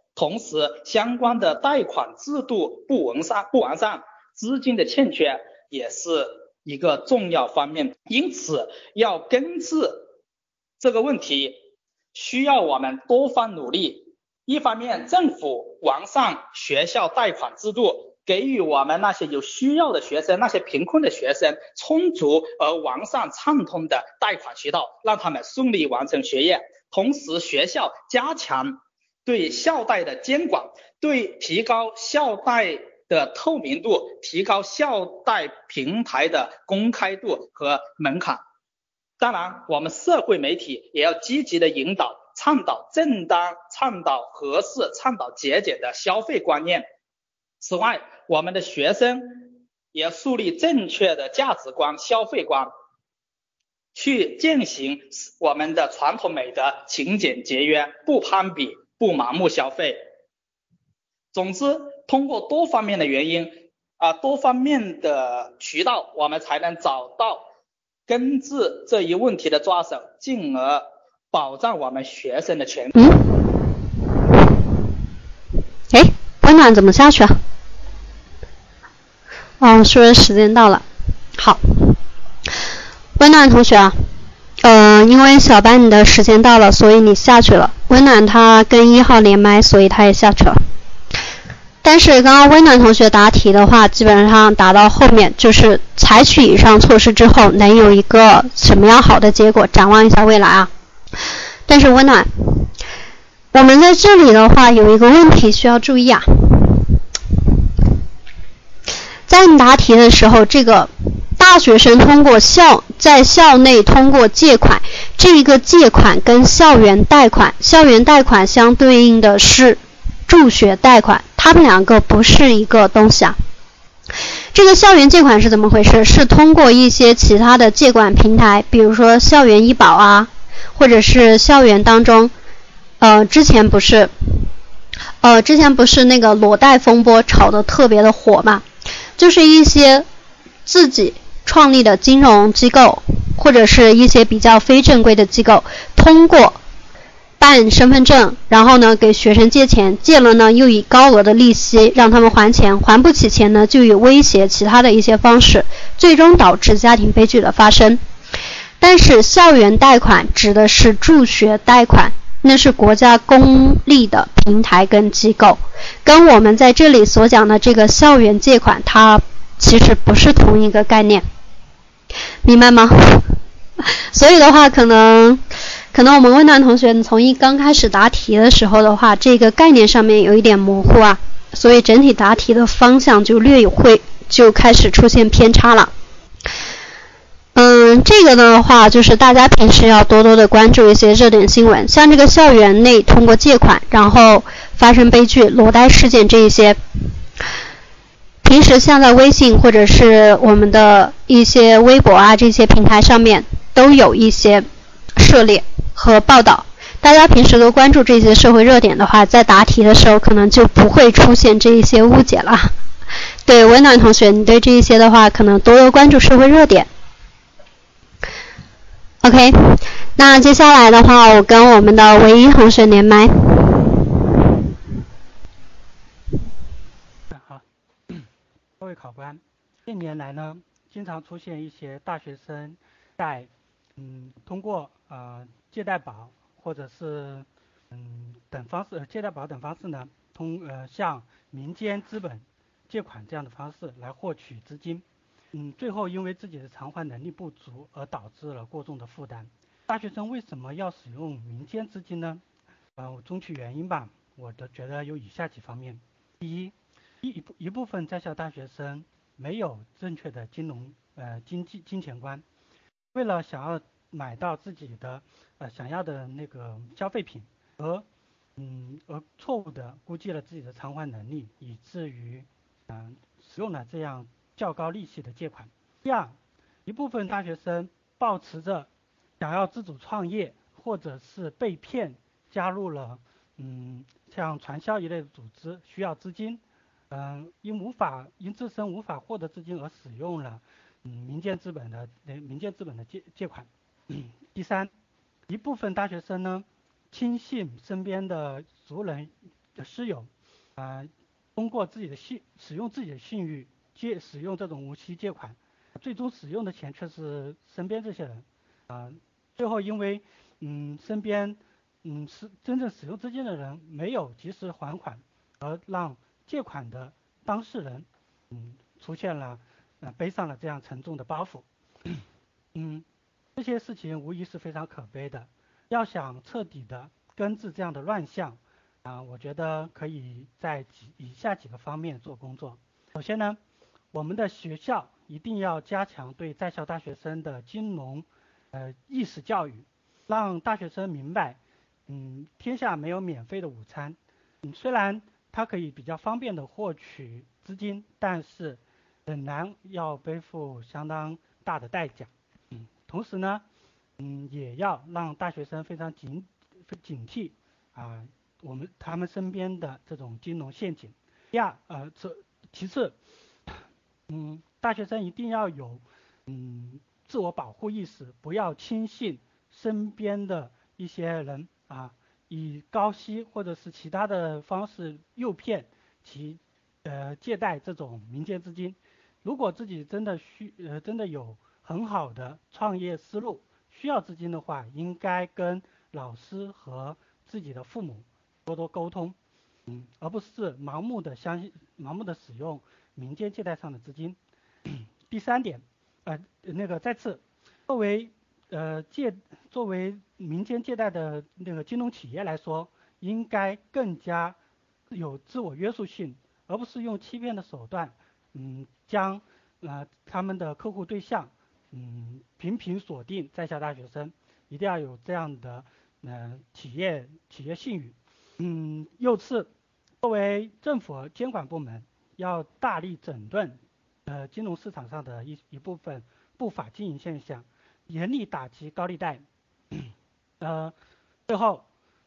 同时相关的贷款制度不完善，资金的欠缺也是一个重要方面。因此要根治这个问题，需要我们多方努力。一方面，政府完善学校贷款制度，给予我们那些有需要的学生，那些贫困的学生充足而完善畅通的贷款渠道，让他们顺利完成学业。同时，学校加强对校贷的监管，提高校贷的透明度，提高校贷平台的公开度和门槛。当然，我们社会媒体也要积极的引导、倡导正当、倡导合适、倡导节俭的消费观念。此外，我们的学生也要树立正确的价值观、消费观，去践行我们的传统美德：勤俭节约，不攀比，不盲目消费。总之，通过多方面的原因多方面的渠道，我们才能找到根治这一问题的抓手，进而保障我们学生的权利。 温暖怎么下去啊？说时间到了。好，温暖同学啊，因为小班你的时间到了，所以你下去了。温暖他跟1号连麦，所以他也下去了。但是刚刚温暖同学答题的话，基本上答到后面就是采取以上措施之后能有一个什么样好的结果，展望一下未来啊。但是温暖，我们在这里的话有一个问题需要注意啊，在你答题的时候，这个大学生通过在校内通过借款，这个借款跟校园贷款相对应的是助学贷款，它们两个不是一个东西啊。这个校园借款是怎么回事？是通过一些其他的借款平台，比如说校园医保啊，或者是校园当中，之前不是那个裸贷风波炒得特别的火嘛，就是一些自己创立的金融机构，或者是一些比较非正规的机构，通过办身份证，然后呢给学生借钱，借了呢又以高额的利息让他们还钱，还不起钱呢就以威胁其他的一些方式，最终导致家庭悲剧的发生。但是校园贷款指的是助学贷款，那是国家公立的平台跟机构，跟我们在这里所讲的这个校园借款它其实不是同一个概念，明白吗？所以的话可能我们温暖同学从刚开始答题的时候的话，这个概念上面有一点模糊啊，所以整体答题的方向就开始出现偏差了。这个的话就是大家平时要多多的关注一些热点新闻，像这个校园内通过借款然后发生悲剧、裸贷事件这一些，平时像在微信或者是我们的一些微博啊这些平台上面都有一些涉猎和报道，大家平时都关注这些社会热点的话，在答题的时候可能就不会出现这一些误解了。对，温暖同学，你对这一些的话可能多多关注社会热点。OK， 那接下来的话我跟我们的唯一同学连麦。 好，各位考官，近年来呢经常出现一些大学生在通过借贷宝或者是等方式借贷宝等方式呢向民间资本借款这样的方式来获取资金，最后因为自己的偿还能力不足而导致了过重的负担。大学生为什么要使用民间资金呢？综取原因吧，我觉得有以下几方面。第一部分在校大学生没有正确的金钱观，为了想要买到自己的想要的那个消费品，而错误的估计了自己的偿还能力，以至于使用了这样较高利息的借款。第二，一部分大学生抱持着想要自主创业，或者是被骗加入了像传销一类的组织，需要资金，因自身无法获得资金而使用了民间资本的借款。第三，一部分大学生呢轻信身边的熟人的师友通过自己的使用自己的信誉使用这种无息借款，最终使用的钱却是身边这些人最后因为身边是真正使用资金的人没有及时还款，而让借款的当事人出现了背上了这样沉重的包袱。这些事情无疑是非常可悲的。要想彻底的根治这样的乱象我觉得可以在以下几个方面做工作。首先呢，我们的学校一定要加强对在校大学生的金融意识教育，让大学生明白天下没有免费的午餐。虽然它可以比较方便的获取资金，但是仍然要背负相当大的代价。同时呢也要让大学生非常警惕他们身边的这种金融陷阱。其次大学生一定要有自我保护意识，不要轻信身边的一些人以高息或者是其他的方式诱骗其借贷这种民间资金。如果自己真的有很好的创业思路，需要资金的话，应该跟老师和自己的父母多多沟通，而不是盲目的使用民间借贷上的资金。第三点，再次，作为民间借贷的那个金融企业来说，应该更加有自我约束性，而不是用欺骗的手段，将他们的客户对象频频锁定在校大学生，一定要有这样的企业信誉。又次，作为政府监管部门，要大力整顿金融市场上的一部分不法经营现象，严厉打击高利贷。最后，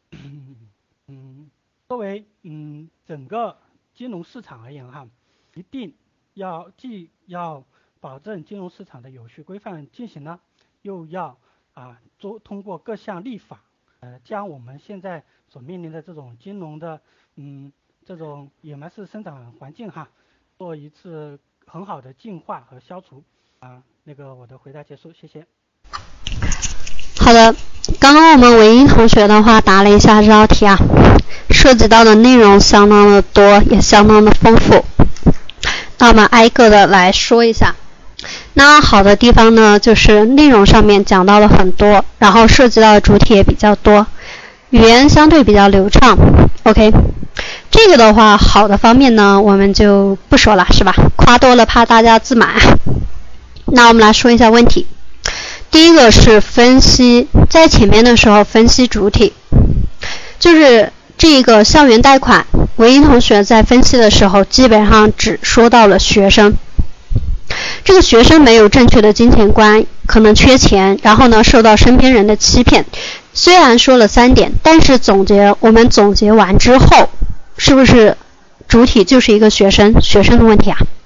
作为整个金融市场而言一定既要保证金融市场的有序规范进行呢，又要通过各项立法将我们现在所面临的这种金融的这种野蛮式生长环境做一次很好的净化和消除。我的回答结束，谢谢。 好的，刚刚我们唯一同学的话答了一下这道题涉及到的内容相当的多，也相当的丰富。那我们挨个的来说一下。那好的地方呢，就是内容上面讲到了很多，然后涉及到的主体也比较多，语言相对比较流畅。OK， 这个的话好的方面呢，我们就不说了，是吧？夸多了怕大家自满。那我们来说一下问题。第一个是分析，在前面的时候分析主体，就是这个校园贷款，唯一同学在分析的时候基本上只说到了学生。这个学生没有正确的金钱观，可能缺钱，然后呢受到身边人的欺骗。虽然说了3点，但是我们总结完之后，是不是主体就是一个学生的问题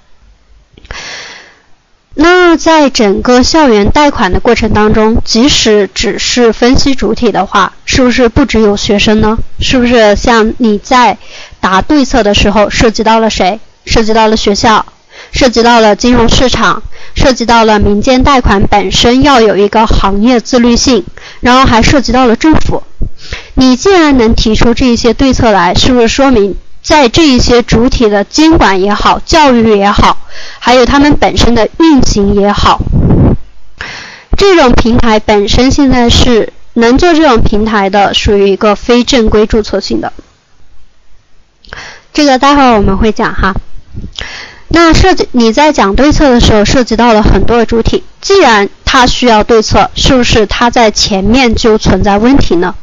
那在整个校园贷款的过程当中，即使只是分析主体的话，是不是不只有学生呢？是不是像你在答对策的时候涉及到了谁？涉及到了学校，涉及到了金融市场，涉及到了民间贷款本身要有一个行业自律性，然后还涉及到了政府。你既然能提出这些对策来，是不是说明在这一些主体的监管也好，教育也好，还有他们本身的运行也好，这种平台本身现在是能做这种平台的，属于一个非正规注册性的。这个待会儿我们会讲那你在讲对策的时候涉及到了很多的主体，既然它需要对策，是不是它在前面就存在问题呢？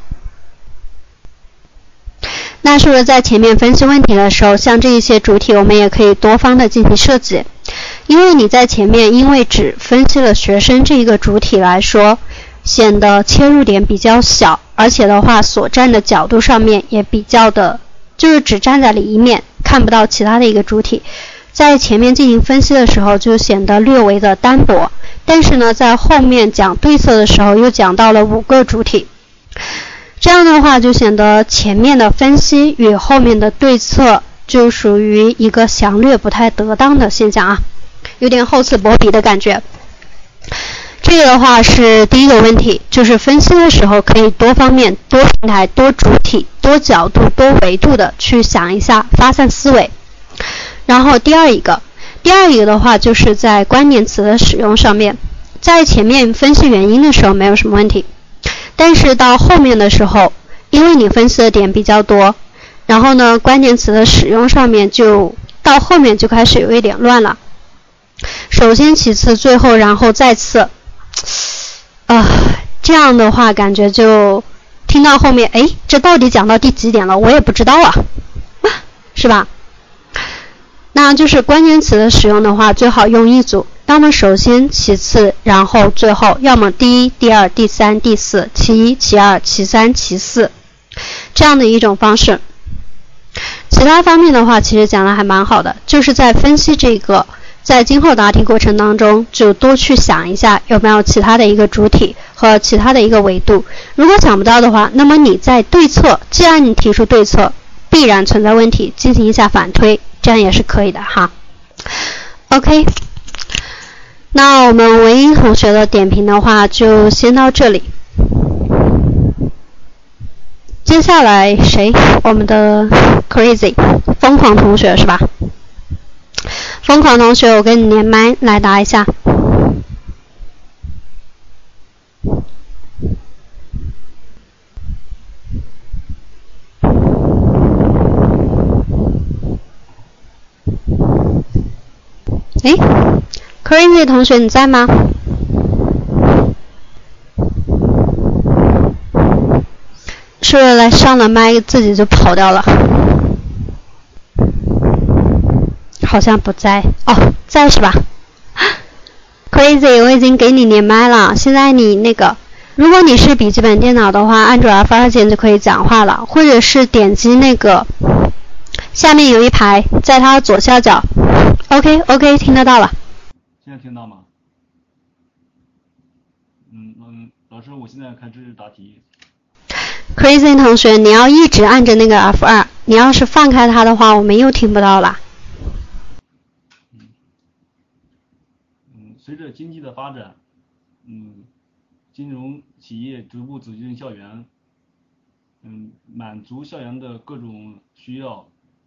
那是不是在前面分析问题的时候，像这一些主体我们也可以多方的进行设计？因为你在前面因为只分析了学生这一个主体来说，显得切入点比较小，而且的话所站的角度上面也比较的，就是只站在了一面，看不到其他的一个主体。在前面进行分析的时候就显得略微的单薄，但是呢在后面讲对策的时候又讲到了5个主体。 这样的话就显得前面的分析与后面的对策就属于一个详略不太得当的现象啊，有点厚此薄彼的感觉。这个的话是第一个问题，就是分析的时候可以多方面、多平台、多主体、多角度、多维度的去想一下，发散思维。然后第二一个的话就是在关键词的使用上面，在前面分析原因的时候没有什么问题，但是到后面的时候，因为你分析的点比较多，然后呢关键词的使用上面就到后面就开始有一点乱了。首先其次最后然后再次这样的话感觉就听到后面，这到底讲到第几点了我也不知道啊，是吧？那就是关键词的使用的话最好用一组，要么首先其次然后最后，要么第一第二第三第四，其一其二其三其四，这样的一种方式。其他方面的话其实讲的还蛮好的，就是在分析这个在今后答题过程当中就多去想一下有没有其他的一个主体和其他的一个维度，如果想不到的话，那么你在对策，既然你提出对策必然存在问题，进行一下反推，这样也是可以的哈。OK， 那我们文英同学的点评的话就先到这里。接下来谁？我们的 Crazy 疯狂同学是吧？疯狂同学，我跟你连麦来答一下。Crazy 同学你在吗？是不是来上了麦自己就跑掉了？好像不在在是吧？Crazy 我已经给你连麦了，现在你那个如果你是笔记本电脑的话，按住 F2 键就可以讲话了，或者是点击那个下面有一排，在它左下角。OK 听得到了。 现在听到吗？老师，我现在开始答题。 Crazy 同学，你要一直按着那个 F2， 你要是放开它的话，我们又听不到了。 随着经济的发展，金融企业逐步走进校园，满足校园的各种需要，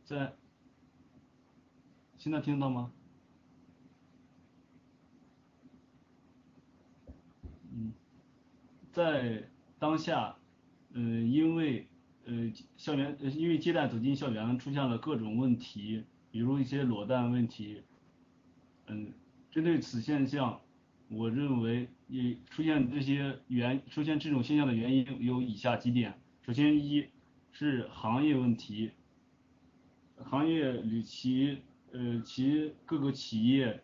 现在听得到吗？在当下，因为接待走进校园出现了各种问题，比如一些裸贷问题，针对此现象，我认为出现这种现象的原因有以下几点。首先，一是行业问题，行业里其各个企业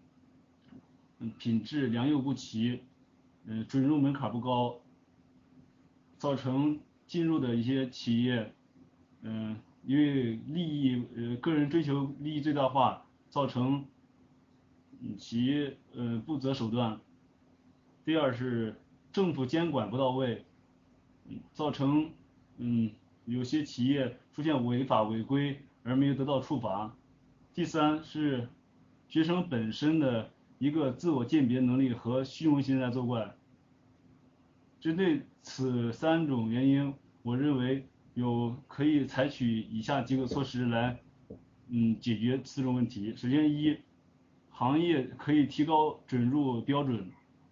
品质良莠不齐，准入门槛不高，造成进入的一些企业，因为个人追求利益最大化，造成其不择手段。第二是政府监管不到位，造成有些企业出现违法违规而没有得到处罚。第三是学生本身的一个自我鉴别能力和虚荣心在作怪。针对此三种原因，我认为可以采取以下几个措施来解决四种问题。首先，一，行业可以提高准入标准，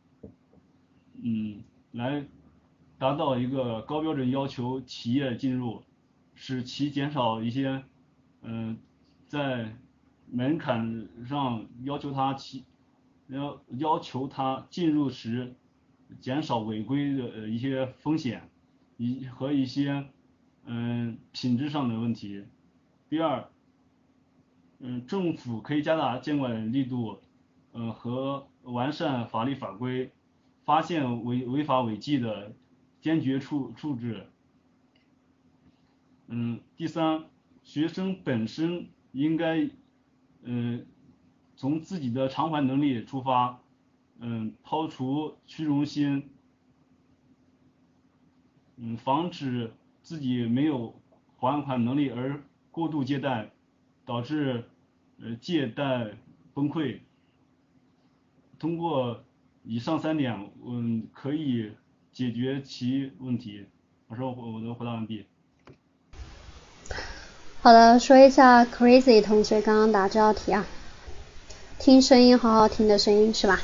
来达到一个高标准要求企业进入，使其减少一些在门槛上要求他进入时减少违规的一些风险和一些品质上的问题。第二，政府可以加大监管力度，和完善法律法规，发现违法违纪的坚决处置。第三，学生本身应该从自己的偿还能力出发，抛除虚荣心， 防止自己没有还款能力而过度借贷，导致借贷崩溃。通过以上3点，可以解决其问题。我的回答完毕。 好的，说一下 Crazy 同学刚刚答这道题啊，听声音，好好听的声音是吧？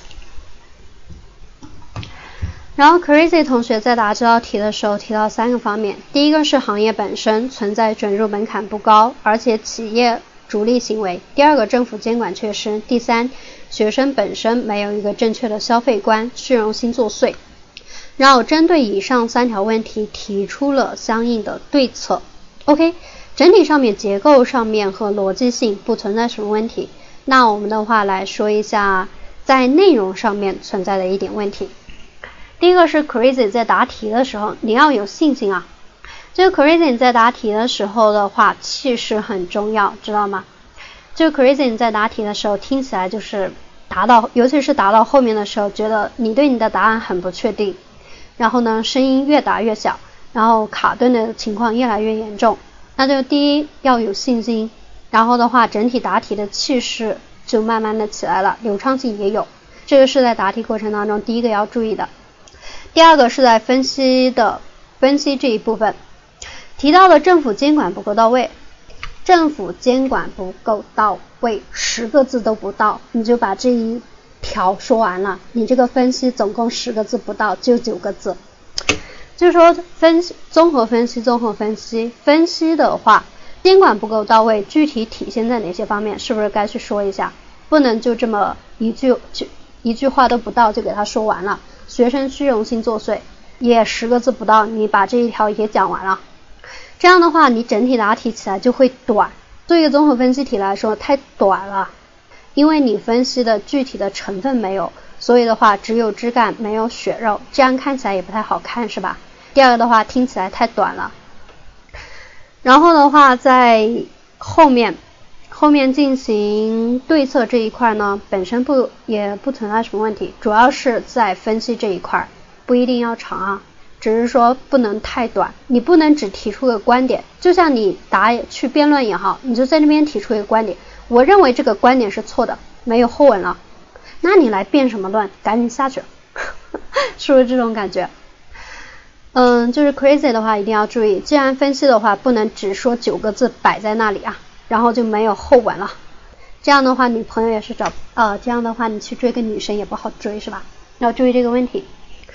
然后 Crazy 同学在答这道题的时候提到3个方面，第一个是行业本身存在准入门槛不高，而且企业逐利行为；第二个政府监管缺失；第三，学生本身没有一个正确的消费观，虚荣心作祟。然后针对以上3条问题提出了相应的对策。OK， 整体上面结构上面和逻辑性不存在什么问题。那我们的话来说一下在内容上面存在的一点问题。第一个是 Crazy 在答题的时候你要有信心啊，这个 Crazy 在答题的时候的话气势很重要，知道吗？这个 Crazy 在答题的时候听起来就是尤其是答到后面的时候觉得你对你的答案很不确定，然后呢声音越答越小，然后卡顿的情况越来越严重。那就第一要有信心，然后的话整体答题的气势就慢慢的起来了，流畅性也有，这个是在答题过程当中第一个要注意的。第二个是在分析这一部分提到的政府监管不够到位，政府监管不够到位10个字都不到，你就把这一条说完了，你这个分析总共10个字不到，就9个字。就是说综合分析的话，监管不够到位具体体现在哪些方面，是不是该去说一下，不能就这么一句话都不到就给他说完了。学生虚荣心作祟也10个字不到，你把这一条也讲完了，这样的话你整体答题起来就会短，对一个综合分析题来说太短了，因为你分析的具体的成分没有，所以的话只有枝干没有血肉，这样看起来也不太好看是吧？第二个的话听起来太短了。然后的话在后面进行对策这一块呢，本身也不存在什么问题，主要是在分析这一块，不一定要长啊，只是说不能太短，你不能只提出个观点，就像你去辩论也好，你就在那边提出一个观点，我认为这个观点是错的，没有后文了，那你来辩什么论，赶紧下去是不是这种感觉？就是 Crazy 的话一定要注意，既然分析的话不能只说9个字摆在那里啊，然后就没有后文了，这样的话女朋友也是这样的话你去追个女生也不好追是吧？要注意这个问题。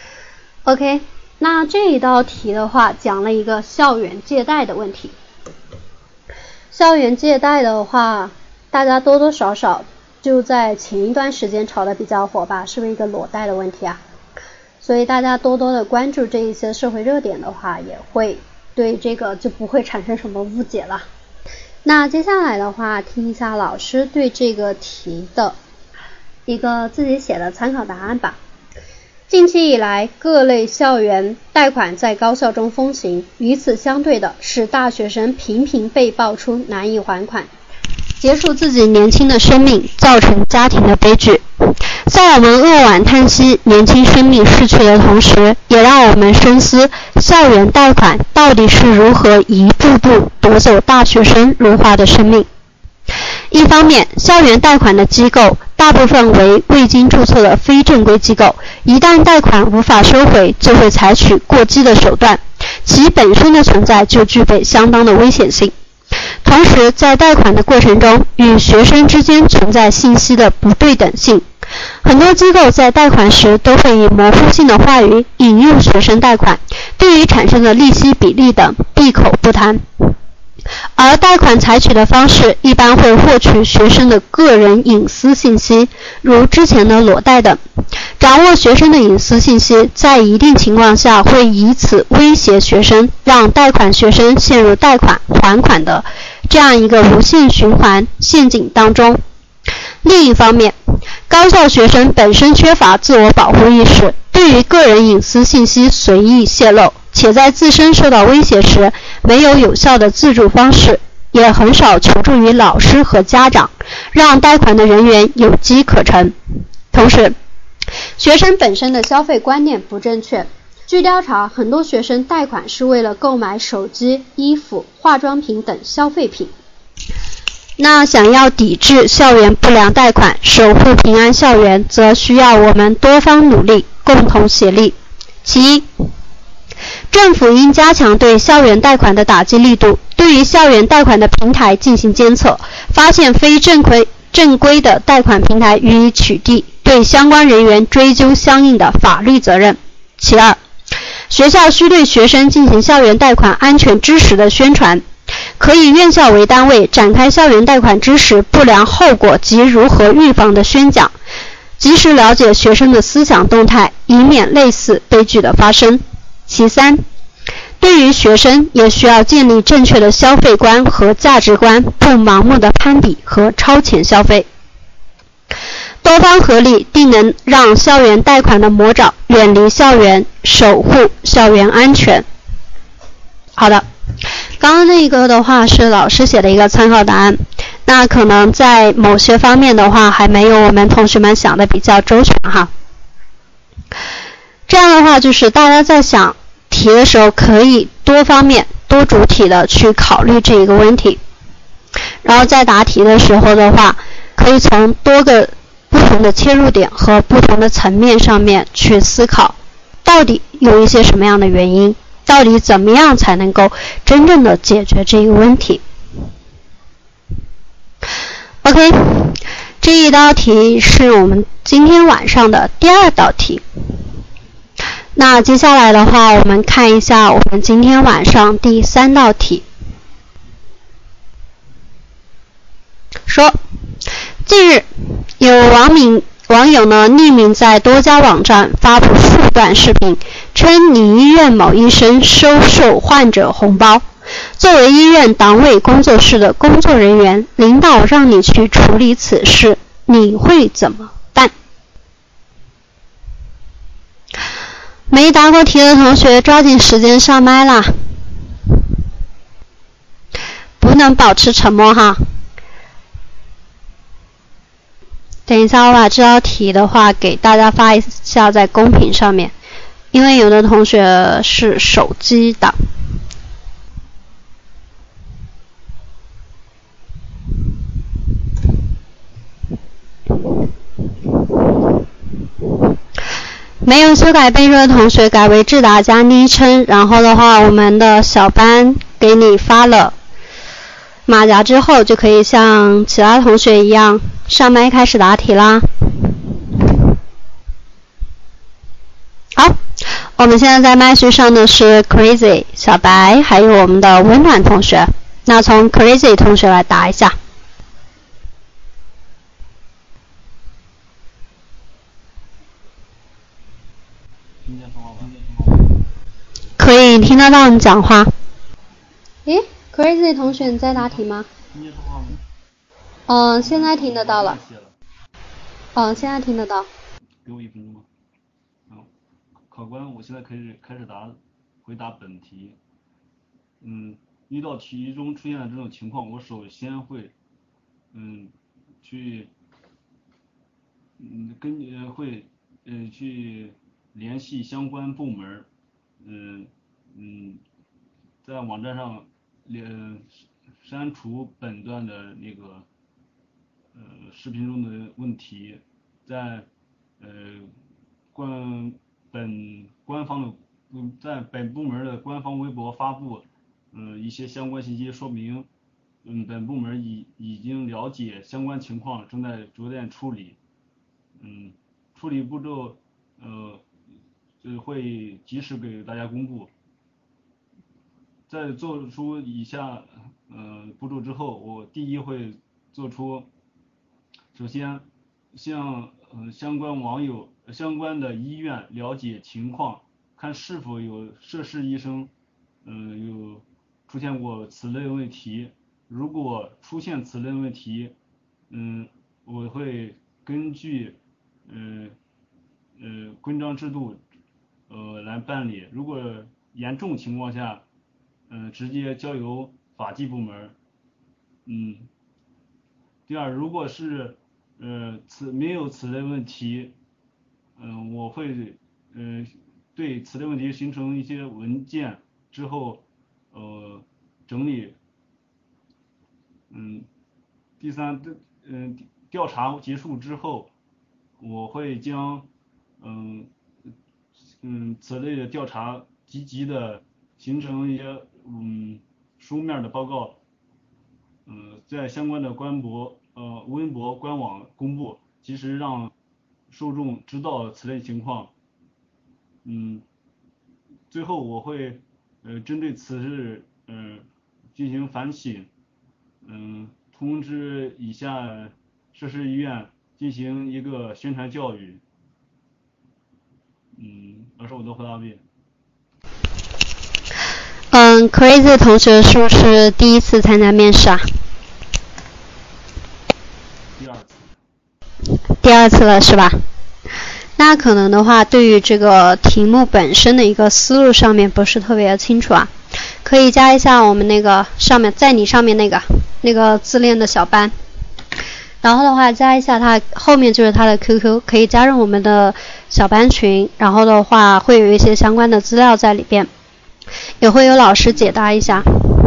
OK， 那这一道题的话讲了一个校园借贷的问题。校园借贷的话大家多多少少就在前一段时间炒得比较火吧，是不是一个裸贷的问题啊？所以大家多多的关注这一些社会热点的话，也会对这个就不会产生什么误解了。那接下来的话听一下老师对这个题的一个自己写的参考答案吧。近期以来各类校园贷款在高校中风行，与此相对的是大学生频频被爆出难以还款，结束自己年轻的生命，造成家庭的悲剧。在我们扼腕叹息年轻生命逝去的同时，也让我们深思校园贷款到底是如何一步步夺走大学生如花的生命。一方面，校园贷款的机构大部分为未经注册的非正规机构，一旦贷款无法收回，就会采取过激的手段，其本身的存在就具备相当的危险性。同时，在贷款的过程中，与学生之间存在信息的不对等性，很多机构在贷款时都会以模糊性的话语引诱学生贷款，对于产生的利息比例等闭口不谈。而贷款采取的方式一般会获取学生的个人隐私信息，如之前的裸贷等。掌握学生的隐私信息，在一定情况下会以此威胁学生，让贷款学生陷入贷款还款的这样一个无限循环陷阱当中。另一方面，高校学生本身缺乏自我保护意识，对于个人隐私信息随意泄露，且在自身受到威胁时没有有效的自助方式，也很少求助于老师和家长，让贷款的人员有机可乘。同时，学生本身的消费观念不正确， 据调查，很多学生贷款是为了购买手机、衣服、化妆品等消费品。那想要抵制校园不良贷款，守护平安校园，则需要我们多方努力，共同协力。其一，政府应加强对校园贷款的打击力度，对于校园贷款的平台进行监测，发现非正规的贷款平台予以取缔，对相关人员追究相应的法律责任。其二，学校需对学生进行校园贷款安全知识的宣传，可以院校为单位展开校园贷款知识不良后果及如何预防的宣讲，及时了解学生的思想动态，以免类似悲剧的发生。其三，对于学生也需要建立正确的消费观和价值观，不盲目的攀比和超前消费。多方合力，定能让校园贷款的魔爪远离校园，守护校园安全。好的，刚刚那个的话是老师写的一个参考答案，那可能在某些方面的话还没有我们同学们想的比较周全哈。这样的话就是大家在想题的时候可以多方面多主体的去考虑这一个问题，然后在答题的时候的话可以从多个不同的切入点和不同的层面上面去思考，到底有一些什么样的原因，到底怎么样才能够真正的解决这个问题。 OK， 这一道题是我们今天晚上的第2道题。那接下来的话我们看一下我们今天晚上第3道题。说近日有网友呢匿名在多家网站发布数段视频，称你医院某医生收受患者红包，作为医院党委工作室的工作人员，领导让你去处理此事，你会怎么办？没答过题的同学抓紧时间上麦啦，不能保持沉默哈。等一下我把这道题的话给大家发一下在公屏上面，因为有的同学是手机党。没有修改备注的同学改为智达加昵称，然后的话我们的小班给你发了马甲之后，就可以像其他同学一样上麦开始答题啦。好，我们现在在麦序上的是 Crazy 小白还有我们的温暖同学，那从 Crazy 同学来答一下。可以听得到你讲话。诶 Crazy 同学你在答题吗？现在听得到了。现在听得到。 给我1分钟吧。考官，我现在开始回答本题。遇到题中出现的这种情况，我首先会去去联系相关部门，在网站上删除本段的那个视频中的问题，在在本部门的官方微博发布一些相关信息，说明本部门已经了解相关情况，正在逐渐处理。处理步骤会及时给大家公布。在做出以下步骤之后，我第一会做出，首先向相关的医院了解情况，看是否有涉事医生有出现过此类问题。如果出现此类问题，我会根据规章制度来办理。如果严重情况下直接交由法纪部门。第二，如果是没有此类问题，我会对此类问题形成一些文件之后，整理。第三，调查结束之后，我会将此类的调查积极的形成一些书面的报告，在相关的微博官网公布，及时让受众知道此类情况。最后我会针对此事进行反省，通知以下涉事医院进行一个宣传教育。老师，我的回答完毕。 Crazy 同学是不是第一次参加面试啊？第二次了是吧？那可能的话，对于这个题目本身的一个思路上面不是特别的清楚啊，可以加一下我们那个上面，在你上面那个自恋的小班，然后的话加一下他后面就是他的 QQ， 可以加入我们的小班群，然后的话会有一些相关的资料在里边，也会有老师解答一下。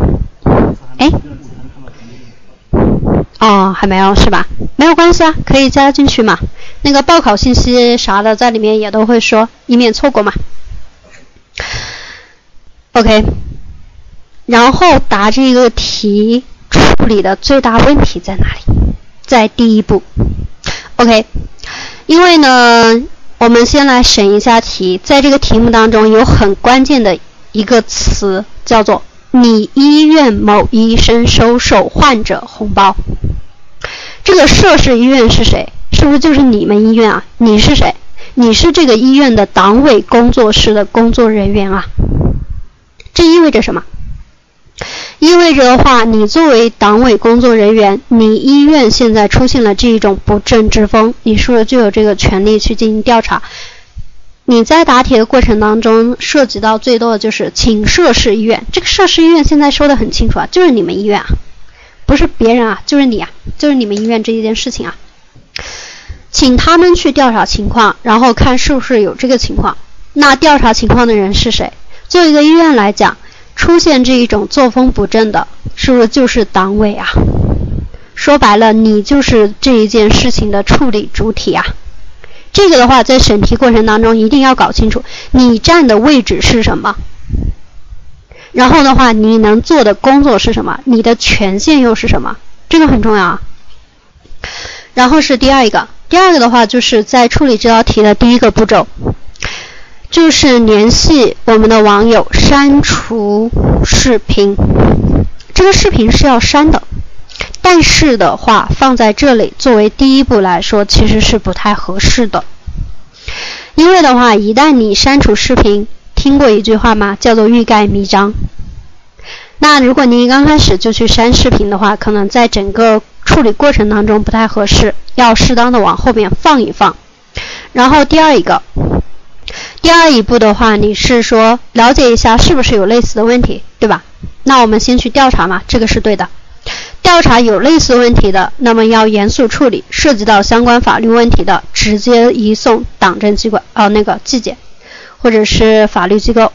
还没有是吧？没有关系啊，可以加进去嘛。那个报考信息啥的在里面也都会说，以免错过嘛。OK， 然后答这个题处理的最大问题在哪里？在第一步。OK， 因为呢，我们先来审一下题，在这个题目当中有很关键的一个词叫做你医院某医生收受患者红包。这个涉事医院是谁？是不是就是你们医院啊？你是谁？你是这个医院的党委工作室的工作人员啊。这意味着什么？意味着的话，你作为党委工作人员，你医院现在出现了这一种不正之风，你是不是就有这个权利去进行调查？你在答题的过程当中涉及到最多的就是请涉事医院，这个涉事医院现在说得很清楚啊，就是你们医院啊，不是别人啊，就是你啊，就是你们医院这一件事情啊，请他们去调查情况，然后看是不是有这个情况。那调查情况的人是谁？作为一个医院来讲，出现这一种作风不正的，是不是就是党委啊？说白了，你就是这一件事情的处理主体啊。这个的话，在审题过程当中一定要搞清楚，你站的位置是什么，然后的话，你能做的工作是什么，你的权限又是什么，这个很重要啊。然后是第二个的话，就是在处理这道题的第一个步骤，就是联系我们的网友删除视频。这个视频是要删的，但是的话放在这里作为第一步来说其实是不太合适的。因为的话，一旦你删除视频，听过一句话吗？叫做欲盖弥彰。那如果你刚开始就去删视频的话，可能在整个处理过程当中不太合适，要适当的往后面放一放。然后第二一步的话，你是说了解一下是不是有类似的问题，对吧？那我们先去调查嘛，这个是对的。调查有类似问题的，那么要严肃处理，涉及到相关法律问题的，直接移送党政机关纪检或者是法律机构。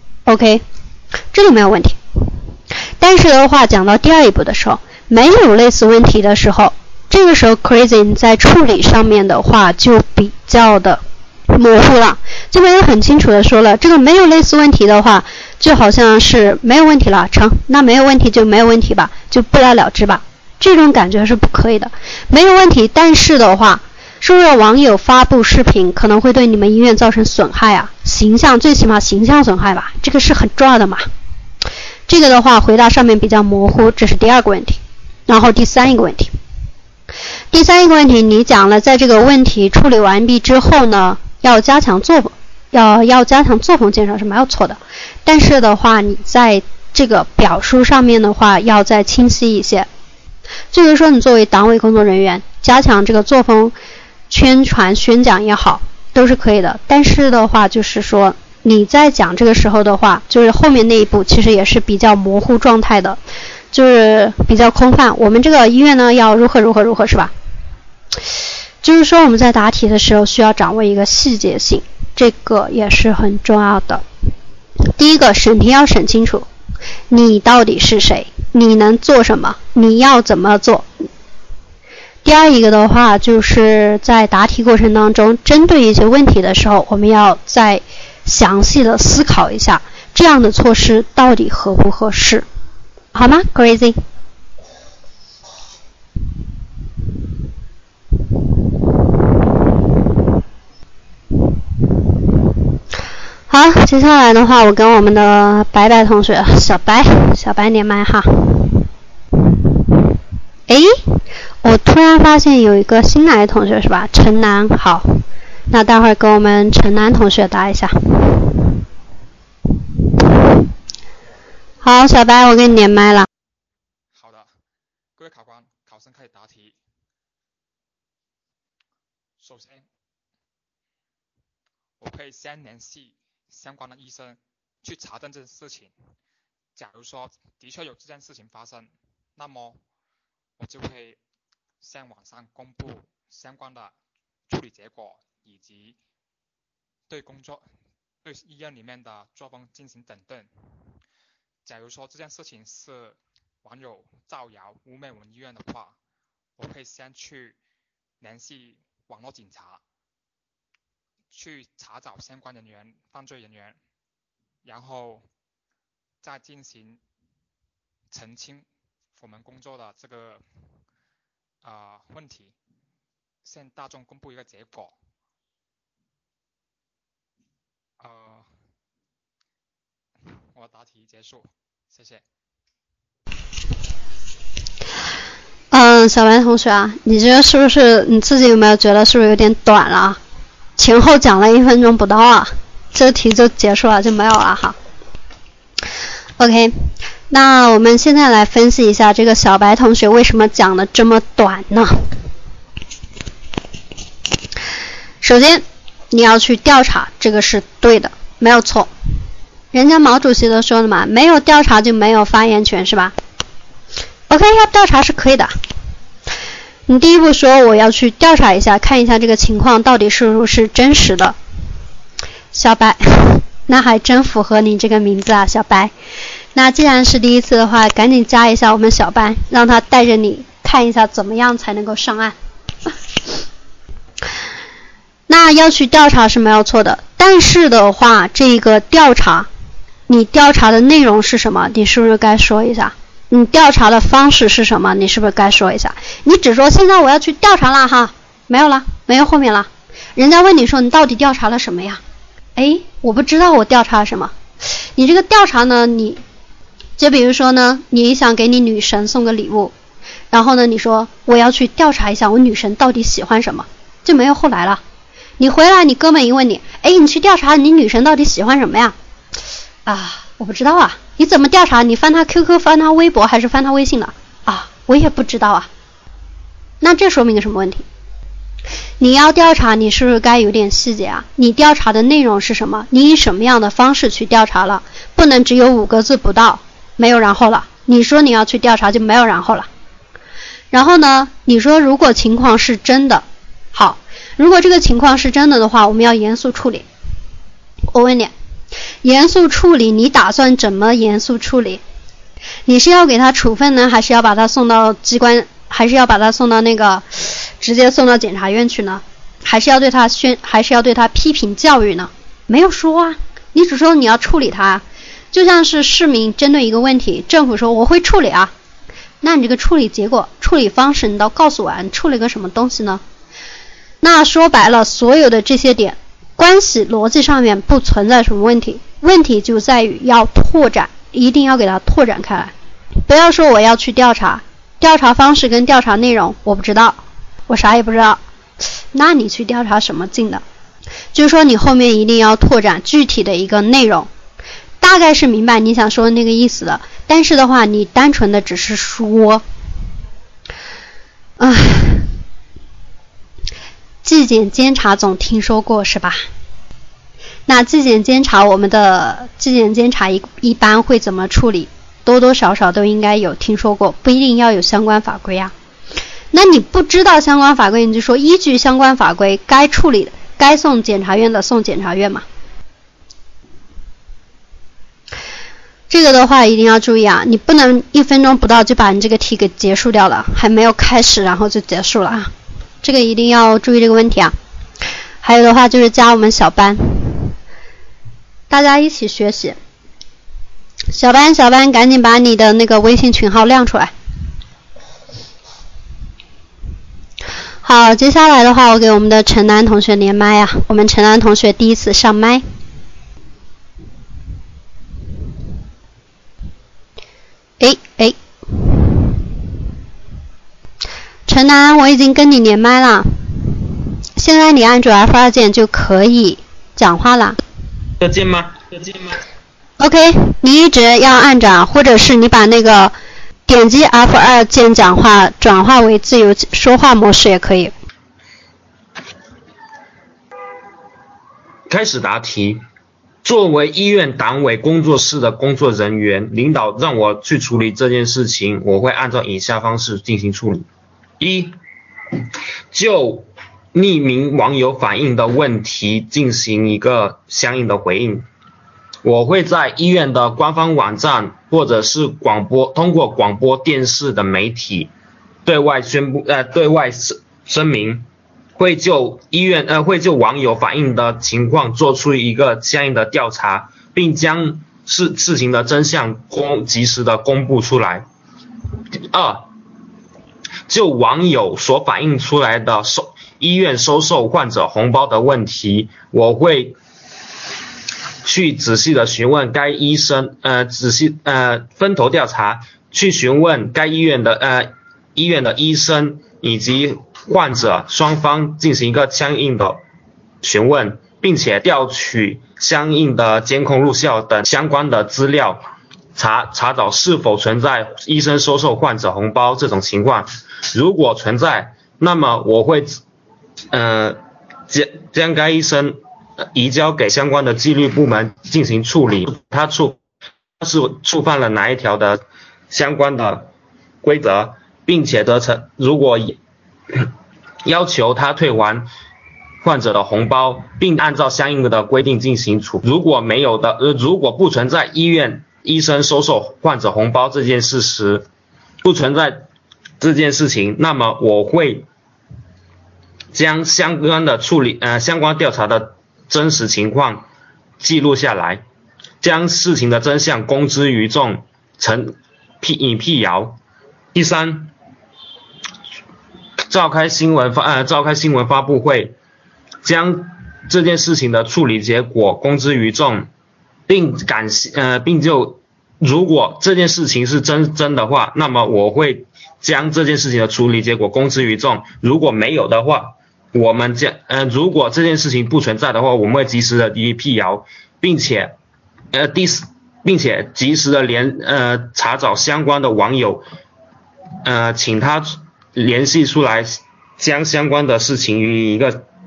OK， 这里没有问题。但是的话，讲到第二一步的时候，没有类似问题的时候，这个时候 Crazy 在处理上面的话就比较的模糊了，这边也很清楚的说了，这个没有类似问题的话，就好像是没有问题了，成，那没有问题就没有问题吧，就不了了之吧，这种感觉是不可以的。没有问题，但是的话，是不是网友发布视频可能会对你们医院造成损害啊？形象，最起码形象损害吧，这个是很重要的嘛。这个的话回答上面比较模糊，这是第二个问题。然后第三一个问题，你讲了，在这个问题处理完毕之后呢，要加强作风，要加强作风建设是没有错的，但是的话，你在这个表述上面的话要再清晰一些。就是说，你作为党委工作人员，加强这个作风宣传宣讲也好，都是可以的。但是的话，就是说你在讲这个时候的话，就是后面那一步其实也是比较模糊状态的，就是比较空泛。我们这个医院呢要如何是吧？ 就是说我们在答题的时候需要掌握一个细节性，这个也是很重要的。第一个，审题要审清楚，你到底是谁，你能做什么，你要怎么做。第二一个的话，就是在答题过程当中，针对一些问题的时候，我们要再详细的思考一下，这样的措施到底合不合适，好吗 ？Crazy。好，接下来的话，我跟我们的白白同学，小白连麦哈。诶，我突然发现有一个新来的同学是吧？陈楠，好，那待会儿跟我们陈楠同学答一下。好，小白，我给你连麦了。 好的，各位考官，考生开始答题。首先，我可以先联系相关的医生去查证这件事情。假如说的确有这件事情发生，那么我就会向网上公布相关的处理结果，以及对医院里面的作风进行整顿。假如说这件事情是网友造谣污蔑我们医院的话，我会先去联系网络警察，去查找相关犯罪人员，然后再进行澄清我们工作的这个问题，向大众公布一个结果。我答题结束，谢谢。 小白同学啊，你觉得是不是你自己有没有觉得是不是有点短了？前后讲了1分钟不到啊，这题就结束了，就没有了哈。OK， 那我们现在来分析一下这个小白同学为什么讲的这么短呢？首先，你要去调查，这个是对的，没有错。人家毛主席都说了嘛，没有调查就没有发言权，是吧 ？OK， 要调查是可以的。你第一步说我要去调查一下，看一下这个情况到底是不是真实的。小白，那还真符合你这个名字啊，小白。那既然是第一次的话，赶紧加一下我们小班，让他带着你看一下怎么样才能够上岸。那要去调查是没有错的，但是的话，这个调查，你调查的内容是什么？你是不是该说一下？你调查的方式是什么？你是不是该说一下？你只说现在我要去调查了哈，没有了，没有后面了。人家问你说你到底调查了什么呀？哎，我不知道我调查了什么。你这个调查呢，你就比如说呢，你想给你女神送个礼物，然后呢，你说我要去调查一下我女神到底喜欢什么，就没有后来了。你回来，你哥们一问你，哎，你去调查你女神到底喜欢什么呀？啊，我不知道啊。你怎么调查？你翻她 QQ 翻她微博还是翻她微信的？啊，我也不知道啊。那这说明个什么问题？你要调查，你是不是该有点细节啊？你调查的内容是什么？你以什么样的方式去调查了？不能只有5个字不到，没有然后了。你说你要去调查就没有然后了。然后呢，你说如果情况是真的，好，如果这个情况是真的的话，我们要严肃处理。我问你，严肃处理，你打算怎么严肃处理？你是要给他处分呢，还是要把他送到机关，还是要把他送到直接送到检察院去呢？还是要对他批评教育呢？没有说啊，你只说你要处理他。就像是市民针对一个问题，政府说我会处理啊，那你这个处理结果、处理方式你都告诉我啊，你处理个什么东西呢？那说白了，所有的这些点关系逻辑上面不存在什么问题，问题就在于要拓展，一定要给它拓展开来。不要说我要去调查，调查方式跟调查内容我不知道，我啥也不知道，那你去调查什么劲的？就是说你后面一定要拓展具体的一个内容，大概是明白你想说的那个意思的，但是的话你单纯的只是说纪检监察总听说过是吧？那纪检监察，我们的纪检监察一般会怎么处理？多多少少都应该有听说过，不一定要有相关法规啊。 那你不知道相关法规，你就说依据相关法规该处理的、该送检察院的送检察院嘛。这个的话一定要注意啊，你不能1分钟不到就把你这个题给结束掉了，还没有开始然后就结束了啊，这个一定要注意这个问题啊。还有的话就是加我们小班，大家一起学习。小班赶紧把你的那个微信群号亮出来。好，接下来的话我给我们的陈楠同学连麦啊，我们陈楠同学第一次上麦。陈楠，我已经跟你连麦了，现在你按住 F2 键就可以讲话了。 这键吗 ？OK， 你一直要按着，或者是你把那个点击 F2 键讲话转化为自由说话模式也可以。 开始答题。作为医院党委工作室的工作人员，领导让我去处理这件事情，我会按照以下方式进行处理。1. 就匿名网友反映的问题进行一个相应的回应。我会在医院的官方网站或者是通过广播电视的媒体对外声明，会就网友反映的情况做出一个相应的调查，并将事情的真相及时的公布出来。2. 就网友所反映出来的医院收受患者红包的问题，我会去仔细的询问该医生，分头调查，去询问该医院的医生以及患者双方进行一个相应的询问，并且调取相应的监控录像等相关的资料，查找是否存在医生收受患者红包这种情况。如果存在，那么我会将该医生移交给相关的纪律部门进行处理，他是触犯了哪一条的相关的规则，并且如果要求他退还患者的红包，并按照相应的规定进行处理。如果不存在医生收受患者红包这件事实，不存在这件事情，那么我会将相关调查的真实情况记录下来，将事情的真相公之于众，以辟谣。第3，召开新闻发布会，将这件事情的处理结果公之于众，并如果这件事情是真的话，那么我会将这件事情的处理结果公之于众。如果没有的话，如果这件事情不存在的话，我们会及时的辟谣，并且及时的查找相关的网友，请他联系出来，将相关的事情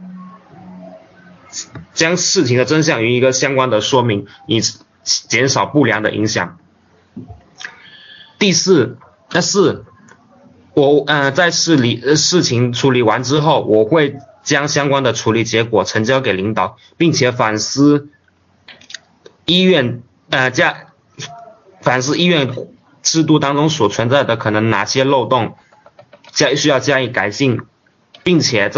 将事情的真相与一个相关的说明，以减少不良的影响。第4，我在事情处理完之后，我会将相关的处理结果呈交给领导，并且反思医院制度当中所存在的可能哪些漏洞需要加以改进，并且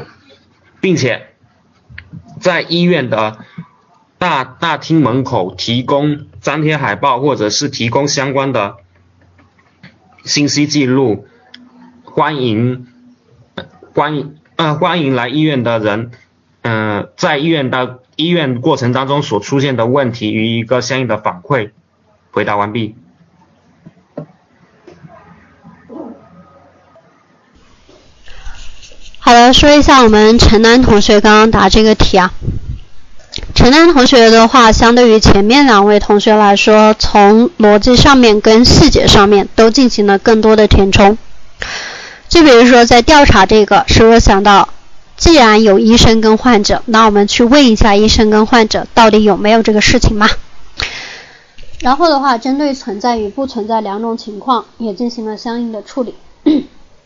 在医院的大厅门口提供张贴海报，或者是提供相关的信息记录，欢迎来医院的人，在医院过程当中所出现的问题予以一个相应的反馈。回答完毕。 好的，说一下我们陈楠同学刚刚答这个题啊。陈楠同学的话，相对于前面2位同学来说，从逻辑上面跟细节上面都进行了更多的填充。就比如说在调查这个，是不是想到既然有医生跟患者，那我们去问一下医生跟患者到底有没有这个事情嘛？然后的话，针对存在与不存在2种情况也进行了相应的处理。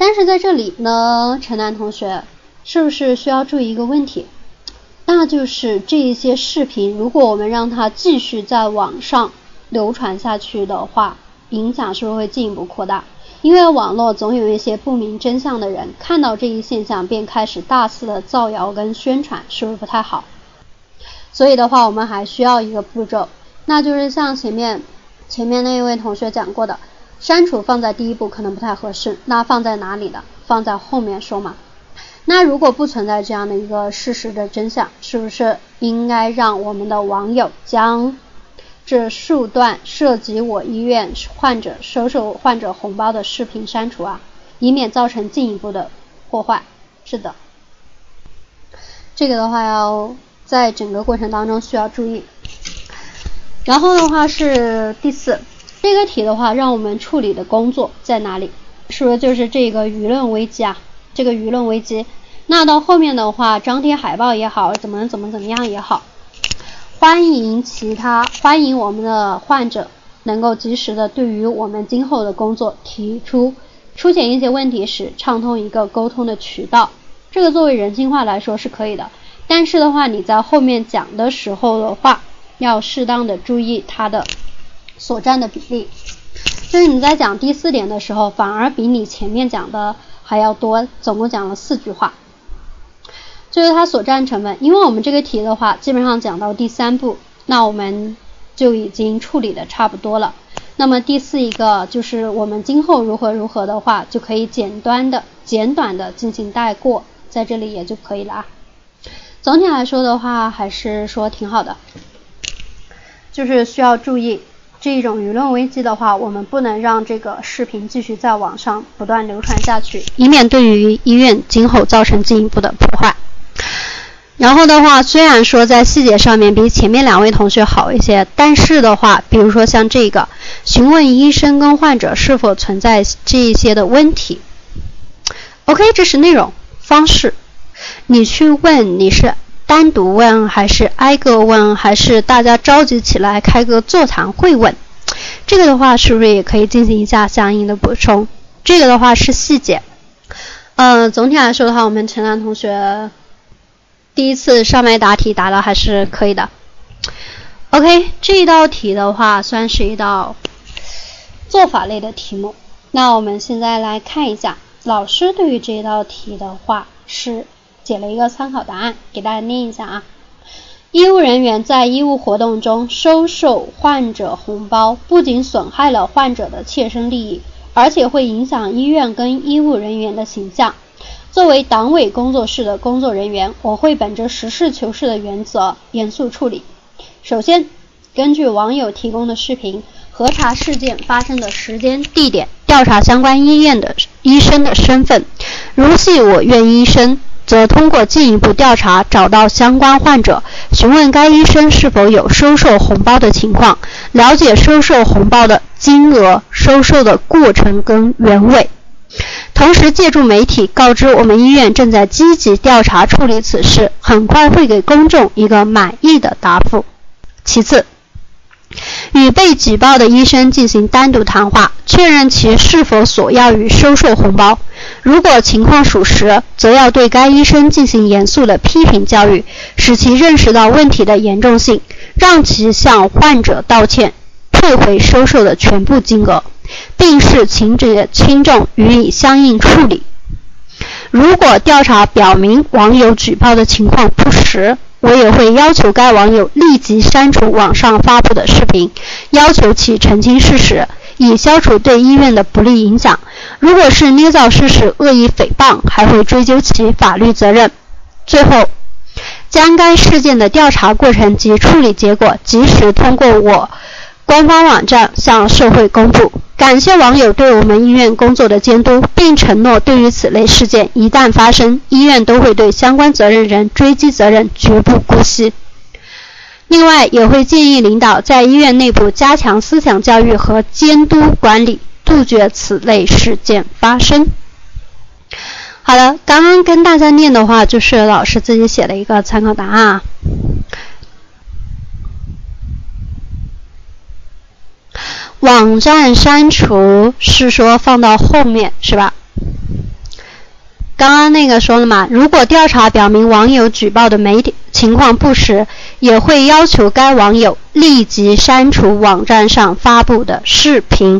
但是在这里呢，陈楠同学是不是需要注意一个问题？那就是这一些视频，如果我们让它继续在网上流传下去的话，影响是不是会进一步扩大？因为网络总有一些不明真相的人，看到这一现象便开始大肆的造谣跟宣传，是不是不太好？所以的话，我们还需要一个步骤，那就是像前面那一位同学讲过的，删除放在第一步可能不太合适，那放在哪里呢？放在后面说嘛。那如果不存在这样的一个事实的真相，是不是应该让我们的网友将这数段涉及我医院患者收受患者红包的视频删除啊，以免造成进一步的破坏？是的，这个的话要在整个过程当中需要注意。然后的话是第4，这个题的话让我们处理的工作在哪里？是不是就是这个舆论危机啊？这个舆论危机，那到后面的话张贴海报也好，怎么样也好，欢迎我们的患者能够及时的对于我们今后的工作出现一些问题时畅通一个沟通的渠道，这个作为人性化来说是可以的。但是的话你在后面讲的时候的话，要适当的注意它的所占的比例，就是你在讲第4点的时候，反而比你前面讲的还要多，总共讲了4句话，就是它所占成分。因为我们这个题的话基本上讲到第3步，那我们就已经处理的差不多了。那么第4一个就是我们今后如何的话，就可以简短的进行带过，在这里也就可以了啊。总体来说的话还是说挺好的，就是需要注意这种舆论危机的话，我们不能让这个视频继续在网上不断流传下去，以免对于医院今后造成进一步的破坏。然后的话，虽然说在细节上面比前面2位同学好一些，但是的话，比如说像这个询问医生跟患者是否存在这一些的问题 ，OK， 这是内容方式，你去问，你是单独问还是挨个问，还是大家召集起来开个座谈会问，这个的话是不是也可以进行一下相应的补充？这个的话是细节。总体来说的话，我们陈楠同学第一次上麦答题答的还是可以的。OK， 这一道题的话算是一道做法类的题目。那我们现在来看一下，老师对于这一道题的话是写了一个参考答案，给大家念一下啊。医务人员在医务活动中收受患者红包，不仅损害了患者的切身利益，而且会影响医院跟医务人员的形象。作为党委工作室的工作人员，我会本着实事求是的原则严肃处理。首先，根据网友提供的视频，核查事件发生的时间、地点，调查相关医院的医生的身份。如系我院医生，则通过进一步调查找到相关患者，询问该医生是否有收受红包的情况，了解收受红包的金额、收受的过程跟原委。同时借助媒体告知我们医院正在积极调查处理此事，很快会给公众一个满意的答复。其次，与被举报的医生进行单独谈话，确认其是否索要与收受红包。如果情况属实，则要对该医生进行严肃的批评教育，使其认识到问题的严重性，让其向患者道歉，退回收受的全部金额，并视情节轻重予以相应处理。如果调查表明网友举报的情况不实，我也会要求该网友立即删除网上发布的视频，要求其澄清事实，以消除对医院的不利影响。如果是捏造事实、恶意诽谤，还会追究其法律责任。最后，将该事件的调查过程及处理结果及时通过我官方网站向社会公布。感谢网友对我们医院工作的监督，并承诺对于此类事件一旦发生，医院都会对相关责任人追究责任，绝不姑息。另外，也会建议领导在医院内部加强思想教育和监督管理，杜绝此类事件发生。好的，刚刚跟大家念的话就是老师自己写的一个参考答案啊。网站删除是说放到后面是吧？ 刚刚那个说了嘛，如果调查表明网友举报的媒体情况不实，也会要求该网友立即删除网站上发布的视频。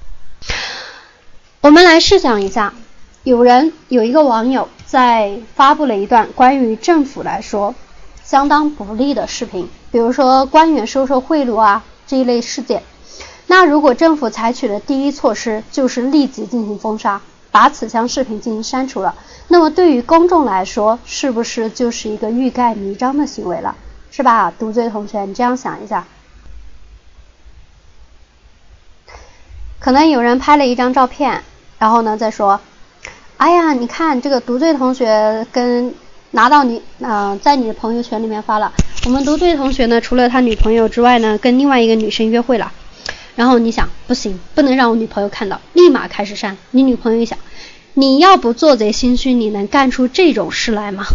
我们来试想一下，有一个网友在发布了一段关于政府来说相当不利的视频，比如说官员收受贿赂啊这一类事件。那如果政府采取的第一措施就是立即进行封杀，把此项视频进行删除了，那么对于公众来说是不是就是一个欲盖弥彰的行为了，是吧？读罪同学，你这样想一下。可能有人拍了一张照片，然后呢再说，哎呀，你看这个读罪同学拿到在你的朋友圈里面发了，我们读罪同学呢除了他女朋友之外呢跟另外一个女生约会了。然后你想，不行，不能让我女朋友看到，立马开始删。你女朋友一想，你要不做贼心虚，你能干出这种事来吗？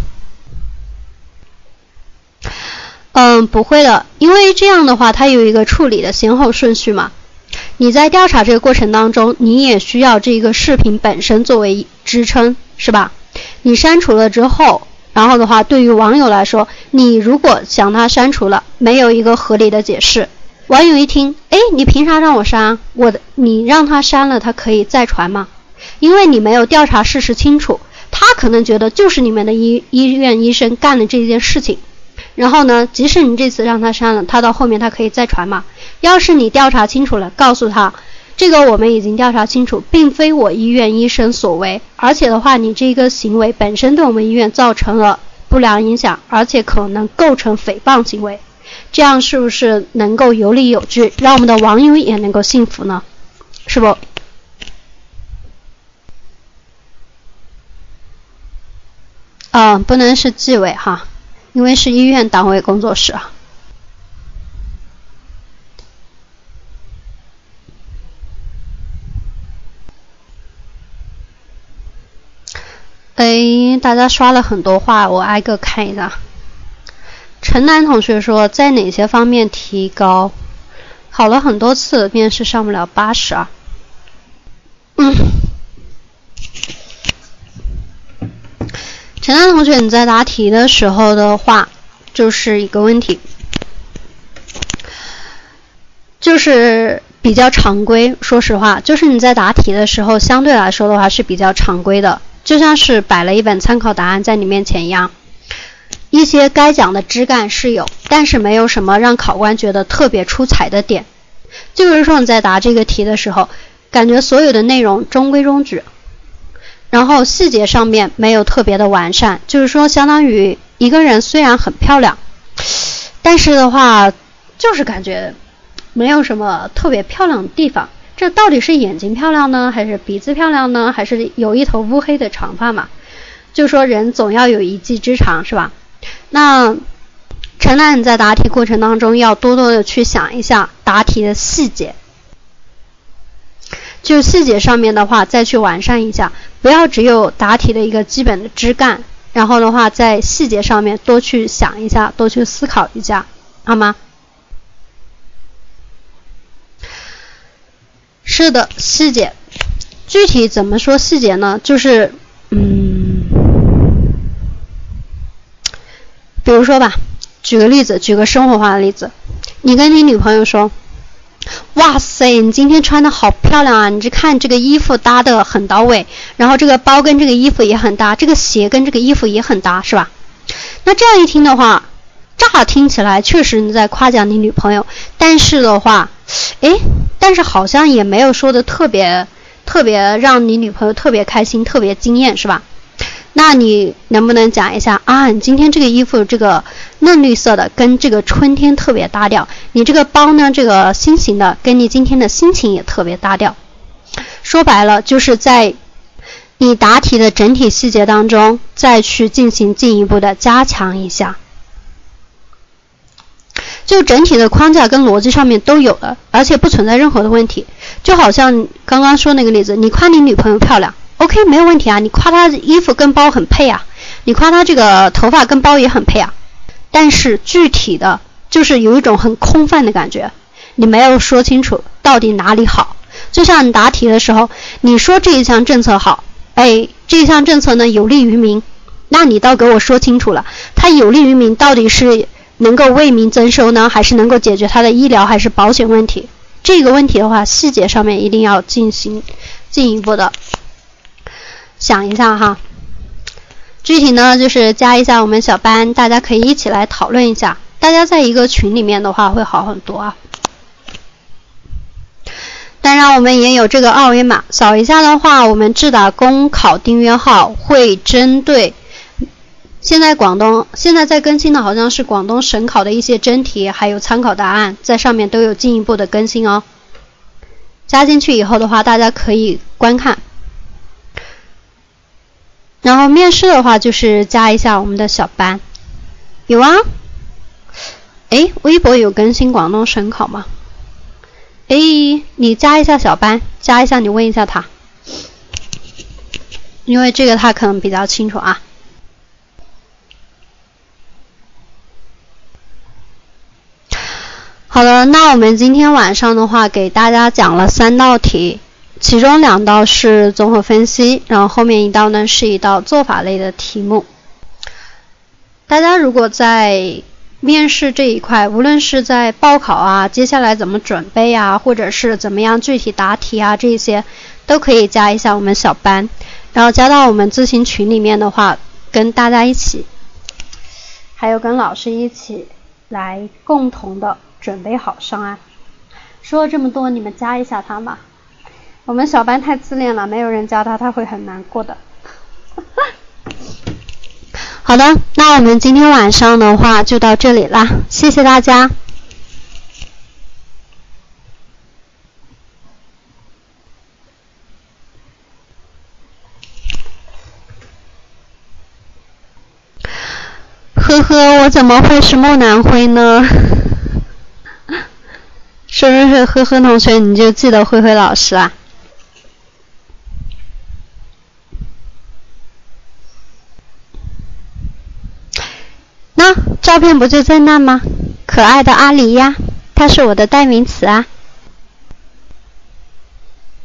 不会的，因为这样的话它有一个处理的先后顺序嘛。你在调查这个过程当中，你也需要这个视频本身作为支撑，是吧？你删除了之后，然后的话对于网友来说，你如果想他删除了，没有一个合理的解释，网友一听，你凭啥让我删？你让他删了，他可以再传吗？因为你没有调查事实清楚，他可能觉得就是你们的医院医生干了这件事情。然后呢，即使你这次让他删了，他到后面他可以再传吗？要是你调查清楚了，告诉他，这个我们已经调查清楚，并非我医院医生所为，而且的话，你这个行为本身对我们医院造成了不良影响，而且可能构成诽谤行为。这样是不是能够有理有据，让我们的网友也能够信服呢？是不？不能是纪委哈，因为是医院党委工作室啊。大家刷了很多话，我挨个看一下。陈楠同学说，在哪些方面提高？考了很多次，面试上不了80啊。陈楠同学，你在答题的时候的话，就是一个问题，就是比较常规。说实话，就是你在答题的时候，相对来说的话是比较常规的，就像是摆了一本参考答案在你面前一样。一些该讲的枝干是有，但是没有什么让考官觉得特别出彩的点。就是说你在答这个题的时候，感觉所有的内容中规中矩，然后细节上面没有特别的完善，就是说相当于一个人虽然很漂亮，但是的话就是感觉没有什么特别漂亮的地方。这到底是眼睛漂亮呢，还是鼻子漂亮呢，还是有一头乌黑的长发嘛？就说人总要有一技之长，是吧？那陈楠，你在答题过程当中要多多的去想一下答题的细节，就细节上面的话再去完善一下，不要只有答题的一个基本的枝干，然后的话在细节上面多去想一下，多去思考一下，好吗？是的，细节具体怎么说细节呢？就是比如说吧，举个例子，举个生活化的例子，你跟你女朋友说，哇塞，你今天穿的好漂亮啊，你这看这个衣服搭的很到位，然后这个包跟这个衣服也很搭，这个鞋跟这个衣服也很搭，是吧？那这样一听的话，乍听起来确实你在夸奖你女朋友，但是的话但是好像也没有说的特别让你女朋友特别开心，特别惊艳，是吧？那你能不能讲一下啊？你今天这个衣服这个嫩绿色的跟这个春天特别搭调，你这个包呢这个心形的跟你今天的心情也特别搭调。说白了就是在你答题的整体细节当中再去进行进一步的加强一下，就整体的框架跟逻辑上面都有了，而且不存在任何的问题。就好像刚刚说那个例子，你夸你女朋友漂亮，OK 没有问题啊，你夸她衣服跟包很配啊，你夸她这个头发跟包也很配啊，但是具体的就是有一种很空泛的感觉，你没有说清楚到底哪里好。就像你答题的时候，你说这一项政策好， 这项政策呢有利于民，那你倒给我说清楚了，它有利于民到底是能够为民增收呢，还是能够解决它的医疗还是保险问题？这个问题的话，细节上面一定要进一步的想一下哈。具体呢就是加一下我们小班，大家可以一起来讨论一下，大家在一个群里面的话会好很多啊。当然我们也有这个二维码，扫一下的话，我们智达公考订阅号会针对现在在更新的好像是广东省考的一些真题还有参考答案，在上面都有进一步的更新哦。加进去以后的话，大家可以观看。然后面试的话就是加一下我们的小班。有啊，微博有更新广东省考吗？你加一下小班，加一下你问一下他，因为这个他可能比较清楚啊。好的，那我们今天晚上的话给大家讲了3道题，其中2道是综合分析，然后后面1道呢是一道做法类的题目。大家如果在面试这一块，无论是在报考啊，接下来怎么准备啊，或者是怎么样具体答题啊，这些都可以加一下我们小班，然后加到我们咨询群里面的话，跟大家一起，还有跟老师一起来共同的准备好上岸。说了这么多，你们加一下他吧。我们小班太自恋了，没有人加他，他会很难过的。好的，那我们今天晚上的话就到这里啦，谢谢大家。呵呵，我怎么会是木南辉呢？是不是呵呵同学你就记得辉辉老师啊？那照片不就在那吗？可爱的阿狸呀，它是我的代名词啊。